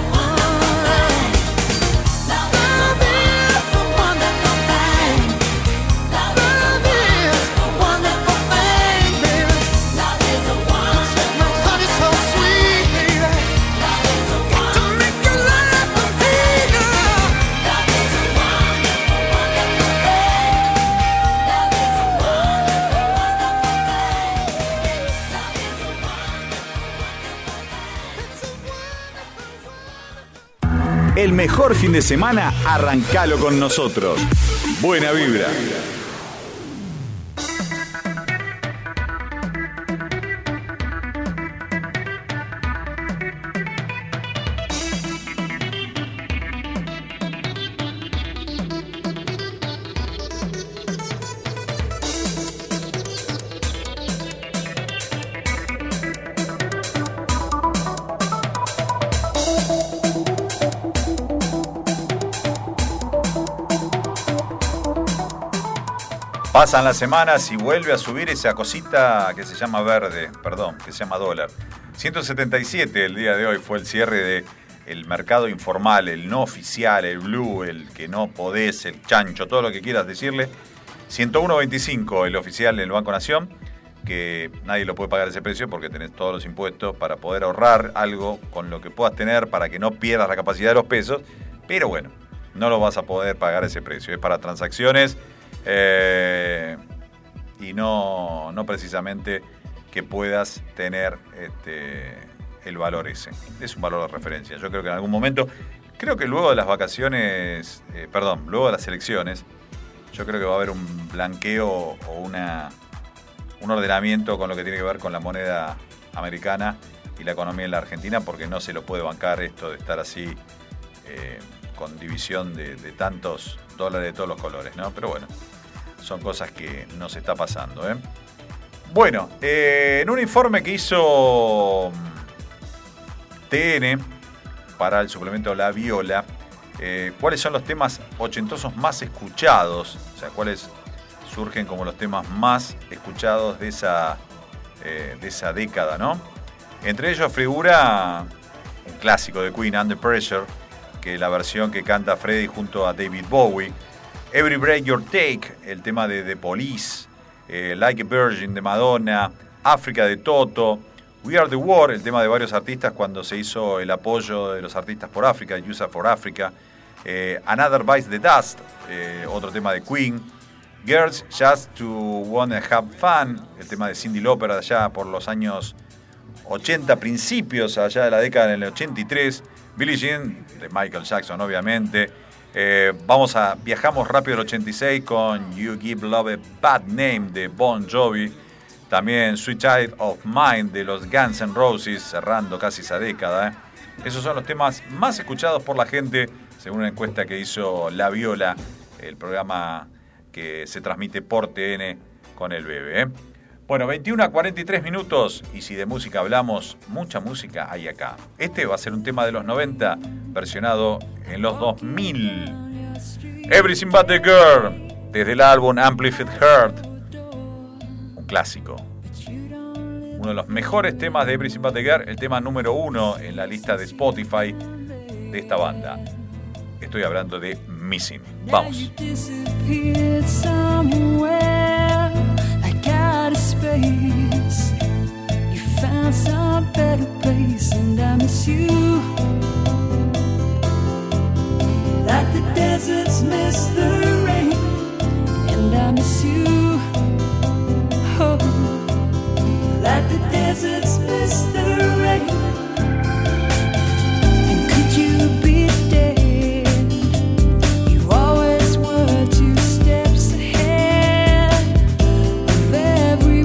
Love is a wonderful thing. Love is a wonderful thing, baby. Love is a wonderful. My heart is so sweet, baby. Love is a wonderful. To make your life complete. Love is a wonderful, wonderful thing. Love is a wonderful, wonderful thing. El mejor fin de semana, arrancalo con nosotros. Buena vibra. Pasan las semanas y vuelve a subir esa cosita que se llama verde, perdón, que se llama dólar. ciento setenta y siete el día de hoy fue el cierre de el mercado informal, el no oficial, el blue, el que no podés, el chancho, todo lo que quieras decirle. ciento uno veinticinco el oficial en el Banco Nación, que nadie lo puede pagar ese precio porque tenés todos los impuestos para poder ahorrar algo con lo que puedas tener para que no pierdas la capacidad de los pesos, pero bueno, no lo vas a poder pagar ese precio. Es para transacciones eh, y no, no precisamente que puedas tener este, el valor ese. Es un valor de referencia. Yo creo que en algún momento, creo que luego de las vacaciones, eh, perdón, luego de las elecciones, yo creo que va a haber un blanqueo o una, un ordenamiento con lo que tiene que ver con la moneda americana y la economía en la Argentina, porque no se lo puede bancar esto de estar así eh, con división de, de tantos dólares de todos los colores, ¿no? Pero bueno, son cosas que nos está pasando, ¿eh? Bueno, eh, en un informe que hizo T N para el suplemento La Viola, eh, ¿cuáles son los temas ochentosos más escuchados? O sea, ¿cuáles surgen como los temas más escuchados de esa, eh, de esa década, ¿no? Entre ellos figura un clásico de Queen, Under Pressure, que es la versión que canta Freddie junto a David Bowie. Every Break Your Take, el tema de The Police. Eh, Like a Virgin de Madonna. África de Toto. We Are the War, el tema de varios artistas cuando se hizo el apoyo de los artistas por África, Usa for Africa. Eh, Another Bites the Dust, eh, otro tema de Queen. Girls Just to Wanna Have Fun, el tema de Cyndi Lauper allá por los años ochenta, principios allá de la década del ochenta y tres. Billie Jean de Michael Jackson, obviamente. Eh, vamos a viajamos rápido al ochenta y seis con You Give Love a Bad Name de Bon Jovi. También Sweet Child of Mine de los Guns N' Roses, cerrando casi esa década. ¿eh? Esos son los temas más escuchados por la gente, según una encuesta que hizo La Viola, el programa que se transmite por T N con el Bebe. ¿eh? Bueno, veintiuno a cuarenta y tres minutos, y si de música hablamos, mucha música hay acá. Este va a ser un tema de los noventa, versionado en los dos mil. Everything But The Girl, desde el álbum Amplified Heart, un clásico. Uno de los mejores temas de Everything But The Girl, el tema número uno en la lista de Spotify de esta banda. Estoy hablando de Missing. Vamos. Space. You found some better place, and I miss you. Like the deserts miss the rain, and I miss you. Oh, like the deserts miss the rain. And could you be dead? You always were two steps ahead of every.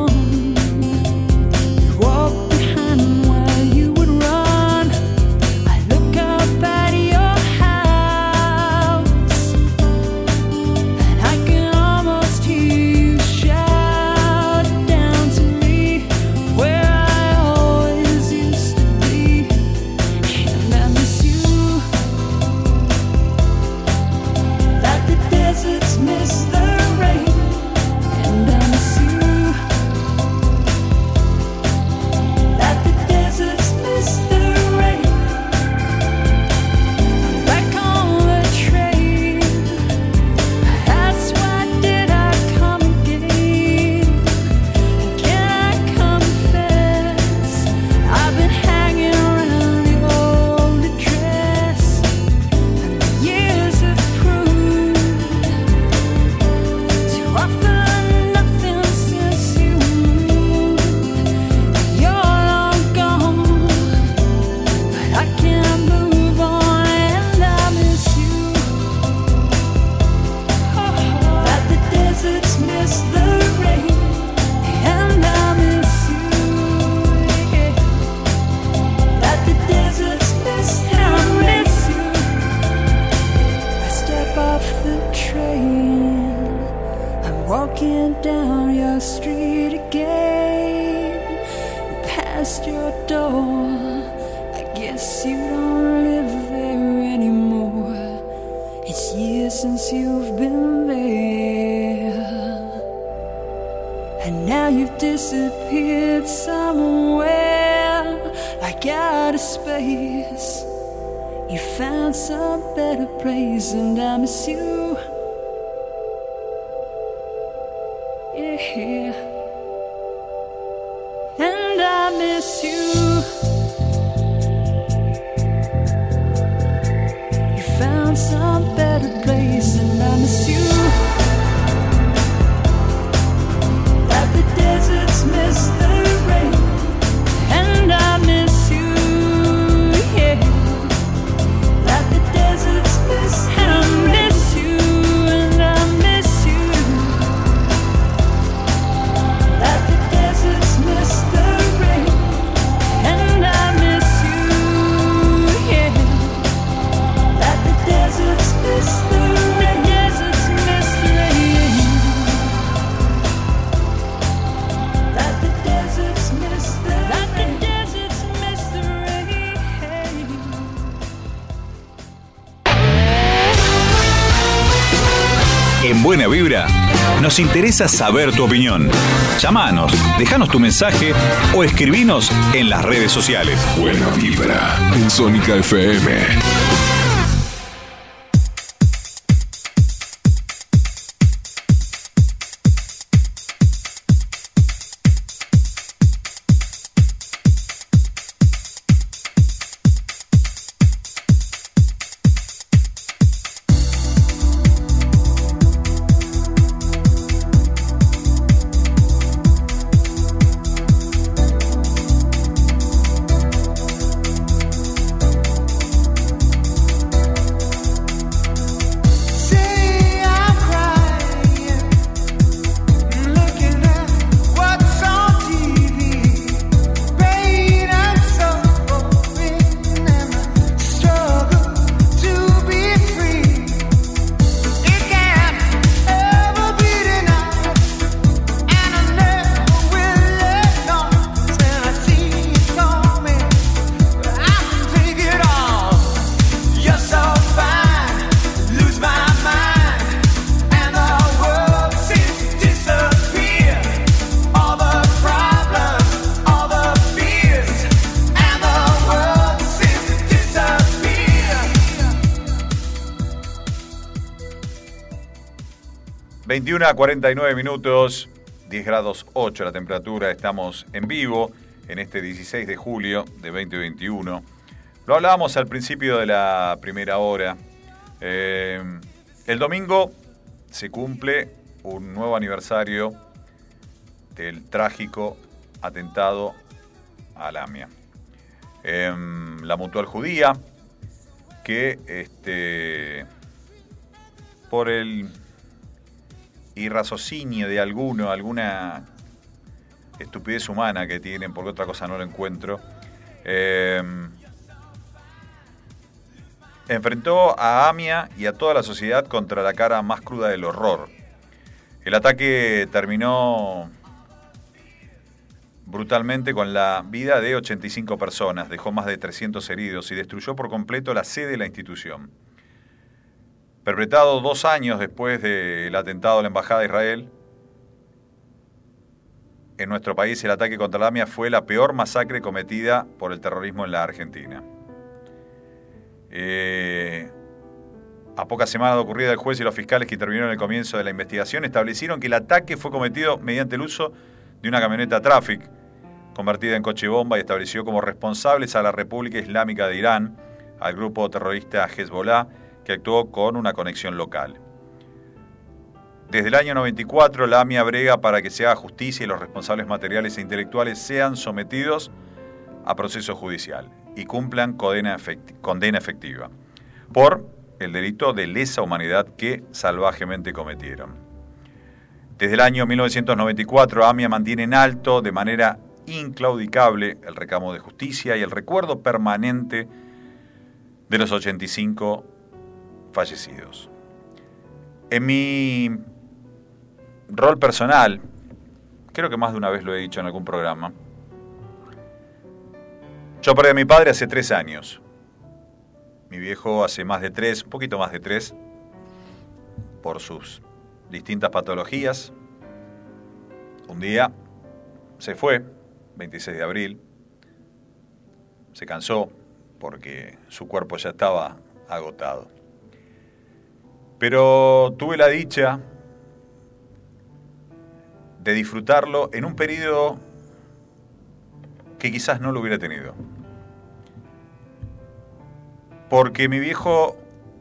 Buena Vibra, nos interesa saber tu opinión. Llámanos, déjanos tu mensaje o escribinos en las redes sociales. Buena Vibra en Sónica F M. veintiuno a cuarenta y nueve minutos, diez grados ocho la temperatura, estamos en vivo en este dieciséis de julio de veinte veintiuno. Lo hablábamos al principio de la primera hora. Eh, el domingo se cumple un nuevo aniversario del trágico atentado a Lamia. Eh, la Mutual Judía, que este, por el irraciocinio de alguno, alguna estupidez humana que tienen, porque otra cosa no lo encuentro, eh, enfrentó a AMIA y a toda la sociedad contra la cara más cruda del horror. El ataque terminó brutalmente con la vida de ochenta y cinco personas, dejó más de trescientos heridos y destruyó por completo la sede de la institución. Perpetrado dos años después del atentado a la Embajada de Israel, en nuestro país el ataque contra la AMIA fue la peor masacre cometida por el terrorismo en la Argentina. Eh, a pocas semanas de ocurrida, el juez y los fiscales que intervinieron en el comienzo de la investigación establecieron que el ataque fue cometido mediante el uso de una camioneta Traffic convertida en coche bomba y estableció como responsables a la República Islámica de Irán, al grupo terrorista Hezbollah, que actuó con una conexión local. Desde el año noventa y cuatro, la AMIA brega para que se haga justicia y los responsables materiales e intelectuales sean sometidos a proceso judicial y cumplan condena, efecti- condena efectiva por el delito de lesa humanidad que salvajemente cometieron. Desde el año mil novecientos noventa y cuatro, AMIA mantiene en alto de manera inclaudicable el reclamo de justicia y el recuerdo permanente de los ochenta y cinco fallecidos. En mi rol personal, creo que más de una vez lo he dicho en algún programa, yo perdí a mi padre hace tres años. Mi viejo hace más de tres, un poquito más de tres, por sus distintas patologías. Un día se fue, veintiséis de abril, se cansó porque su cuerpo ya estaba agotado. Pero tuve la dicha de disfrutarlo en un periodo que quizás no lo hubiera tenido. Porque mi viejo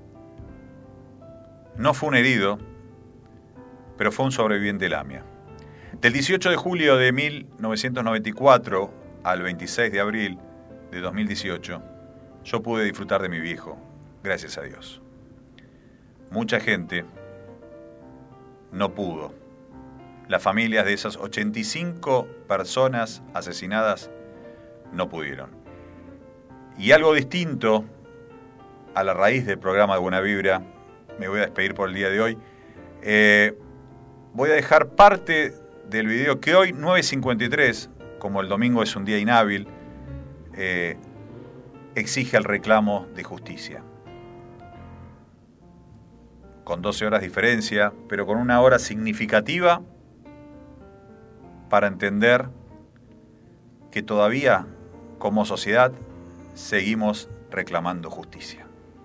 no fue un herido, pero fue un sobreviviente de la AMIA. Del dieciocho de julio de mil novecientos noventa y cuatro al veintiséis de abril de dos mil dieciocho, yo pude disfrutar de mi viejo, gracias a Dios. Mucha gente no pudo. Las familias de esas ochenta y cinco personas asesinadas no pudieron. Y algo distinto a la raíz del programa de Buena Vibra, me voy a despedir por el día de hoy. Eh, voy a dejar parte del video que hoy, nueve cincuenta y tres, como el domingo es un día inhábil, eh, exige el reclamo de justicia. Con doce horas de diferencia, pero con una hora significativa para entender que todavía, como sociedad, seguimos reclamando justicia.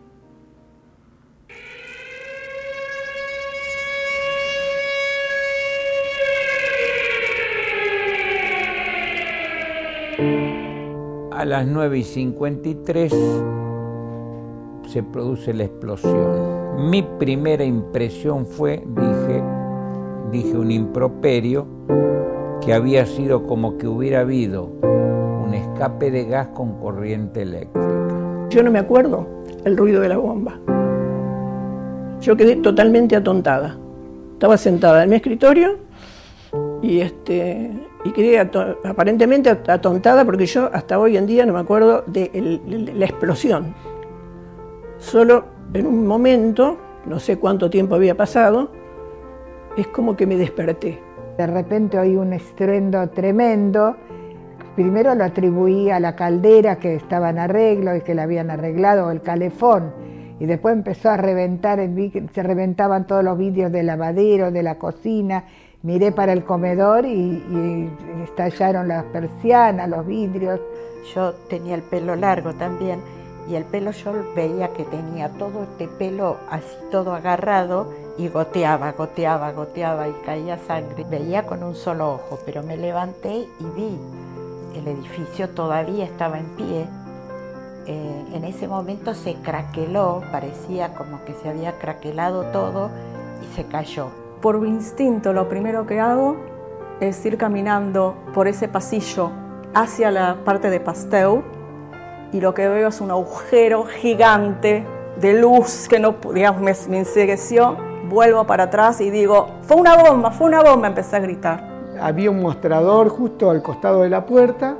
A las nueve y cincuenta y tres se produce la explosión. Mi primera impresión fue, dije, dije un improperio, que había sido como que hubiera habido un escape de gas con corriente eléctrica. Yo no me acuerdo el ruido de la bomba. Yo quedé totalmente atontada. Estaba sentada en mi escritorio y este y quedé ato- aparentemente atontada porque yo hasta hoy en día no me acuerdo de, el, de la explosión. Solo en un momento, no sé cuánto tiempo había pasado, es como que me desperté. De repente oí un estruendo tremendo. Primero lo atribuí a la caldera que estaba en arreglo y que la habían arreglado, el calefón. Y después empezó a reventar, se reventaban todos los vidrios del lavadero, de la cocina. Miré para el comedor y, y estallaron las persianas, los vidrios. Yo tenía el pelo largo también y el pelo yo veía que tenía todo este pelo así todo agarrado y goteaba, goteaba, goteaba y caía sangre. Veía con un solo ojo, pero me levanté y vi el edificio todavía estaba en pie. Eh, en ese momento se craqueló, parecía como que se había craquelado todo y se cayó. Por instinto lo primero que hago es ir caminando por ese pasillo hacia la parte de Pasteur y lo que veo es un agujero gigante de luz que no, digamos, me, me ensegueció. Vuelvo para atrás y digo, fue una bomba, fue una bomba, empecé a gritar. Había un mostrador justo al costado de la puerta,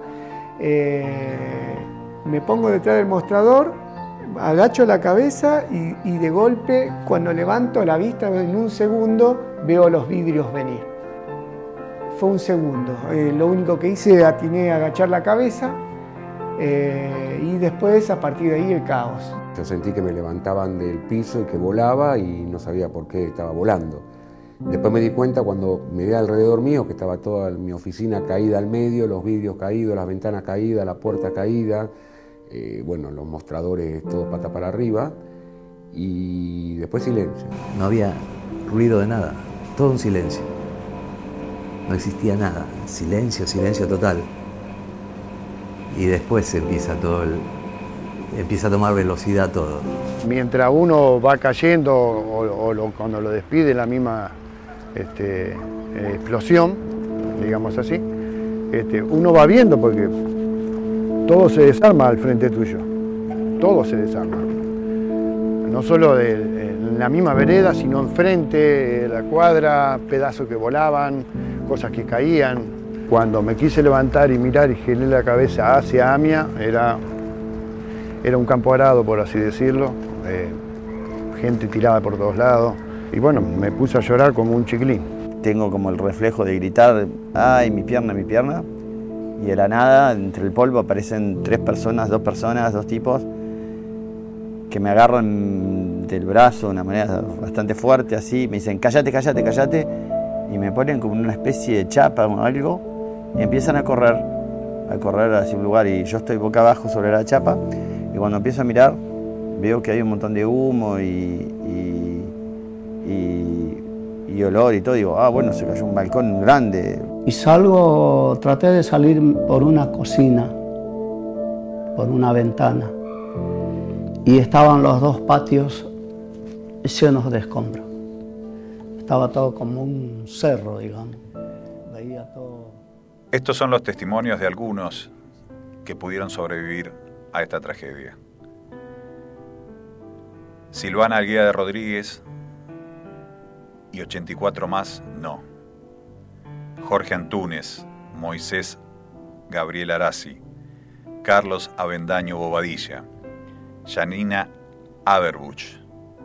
eh, me pongo detrás del mostrador, agacho la cabeza y, y de golpe, cuando levanto la vista en un segundo, veo los vidrios venir. Fue un segundo, eh, lo único que hice, atiné a agachar la cabeza eh, y después a partir de ahí el caos. Yo sentí que me levantaban del piso y que volaba y no sabía por qué estaba volando. Después me di cuenta cuando miré alrededor mío que estaba toda mi oficina caída al medio, los vidrios caídos, las ventanas caídas, la puerta caída, eh, bueno, los mostradores todos patas para arriba y después silencio. No había ruido de nada, todo un silencio. No existía nada, silencio, silencio total. Y después empieza todo el, empieza a tomar velocidad todo. Mientras uno va cayendo o, o lo, cuando lo despide la misma este, eh, explosión, digamos así, este, uno va viendo porque todo se desarma al frente tuyo, todo se desarma. No solo de, en la misma vereda, sino enfrente, la cuadra, pedazos que volaban, cosas que caían. Cuando me quise levantar y mirar y giré la cabeza hacia Amia, era, era un campo arado, por así decirlo, eh, gente tirada por todos lados. Y bueno, me puse a llorar como un chiquilín. Tengo como el reflejo de gritar, ¡ay, mi pierna, mi pierna! Y de la nada, entre el polvo, aparecen tres personas, dos personas, dos tipos, que me agarran del brazo de una manera bastante fuerte, así, me dicen, cállate, cállate, cállate, y me ponen como una especie de chapa o algo, y empiezan a correr, a correr hacia un lugar, y yo estoy boca abajo sobre la chapa, y cuando empiezo a mirar, veo que hay un montón de humo y, y, y, y olor y todo, digo, ah, bueno, se cayó un balcón grande. Y salgo, traté de salir por una cocina, por una ventana, y estaban los dos patios llenos de escombros. Estaba todo como un cerro, digamos. Veía todo. Estos son los testimonios de algunos que pudieron sobrevivir a esta tragedia. Silvana Alguía de Rodríguez y ochenta y cuatro más no. Jorge Antúnez, Moisés Gabriel Arasi, Carlos Avendaño Bobadilla, Janina Aberbuch,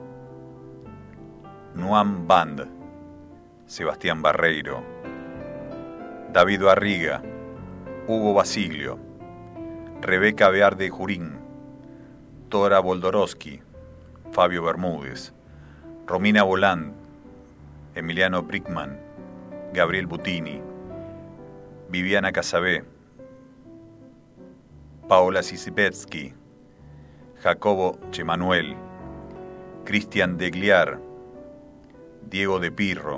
Nuam Band, Sebastián Barreiro, David Barriga, Hugo Basilio, Rebeca Bearde Jurín, Tora Boldorowski, Fabio Bermúdez, Romina Bolán, Emiliano Brickman, Gabriel Butini, Viviana Casabé, Paola Sisibetsky, Jacobo Chemanuel, Cristian Degliar, Diego de Pirro,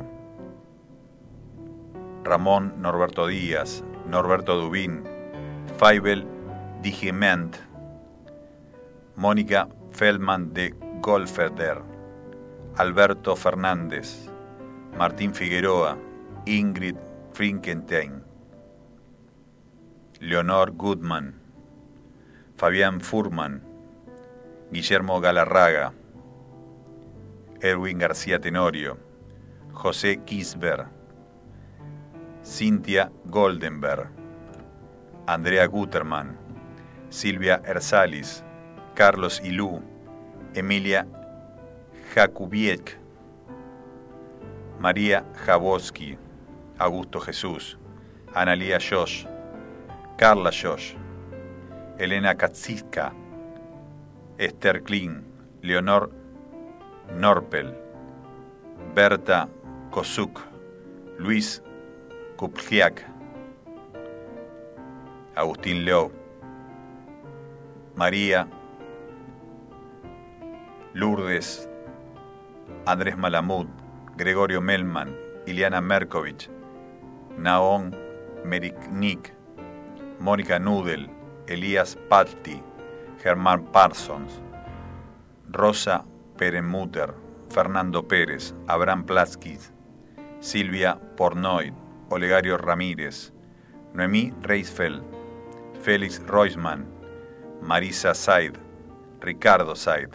Ramón Norberto Díaz, Norberto Dubín, Faibel Digement, Mónica Feldman de Golferder, Alberto Fernández, Martín Figueroa, Ingrid Finkenstein, Leonor Goodman, Fabián Furman, Guillermo Galarraga, Erwin García Tenorio, José Kisber, Cintia Goldenberg, Andrea Guterman, Silvia Ersalis, Carlos Ilú, Emilia Jakubiek, María Jaboski, Augusto Jesús, Analía Josh, Carla Josh, Elena Katzika, Esther Klein, Leonor Norpel, Berta Kosuk, Luis Kupliak, Agustín Leo, María Lourdes, Andrés Malamud, Gregorio Melman, Iliana Merkovich, Naón Meriknik, Mónica Nudel, Elías Patti, Germán Parsons, Rosa Peremuter, Fernando Pérez, Abraham Plaskis, Silvia Pornoy, Olegario Ramírez, Noemí Reisfeld, Félix Roisman, Marisa Said, Ricardo Said,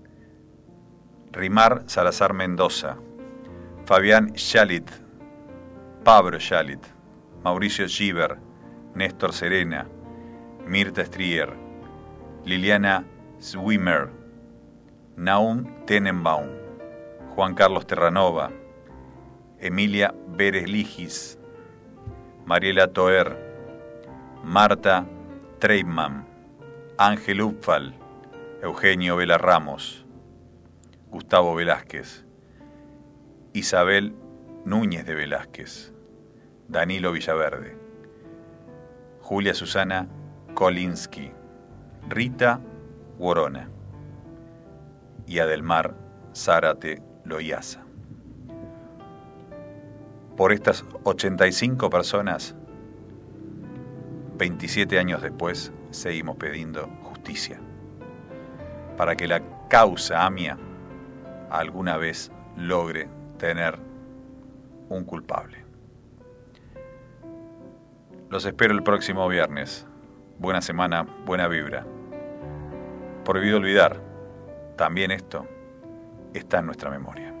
Rimar Salazar Mendoza, Fabián Shalit, Pablo Shalit, Mauricio Giver, Néstor Serena, Mirta Strier, Liliana Swimmer, Naum Tenenbaum, Juan Carlos Terranova, Emilia Bereligis, Mariela Toer, Marta Treitman, Ángel Upfal, Eugenio Vela Ramos, Gustavo Velázquez, Isabel Núñez de Velázquez, Danilo Villaverde, Julia Susana Kolinsky, Rita Worona y Adelmar Zárate Loiasa. Por estas ochenta y cinco personas, veintisiete años después, seguimos pidiendo justicia, para que la causa AMIA alguna vez logre tener un culpable. Los espero el próximo viernes. Buena semana, buena vibra. Prohibido olvidar, también esto está en nuestra memoria.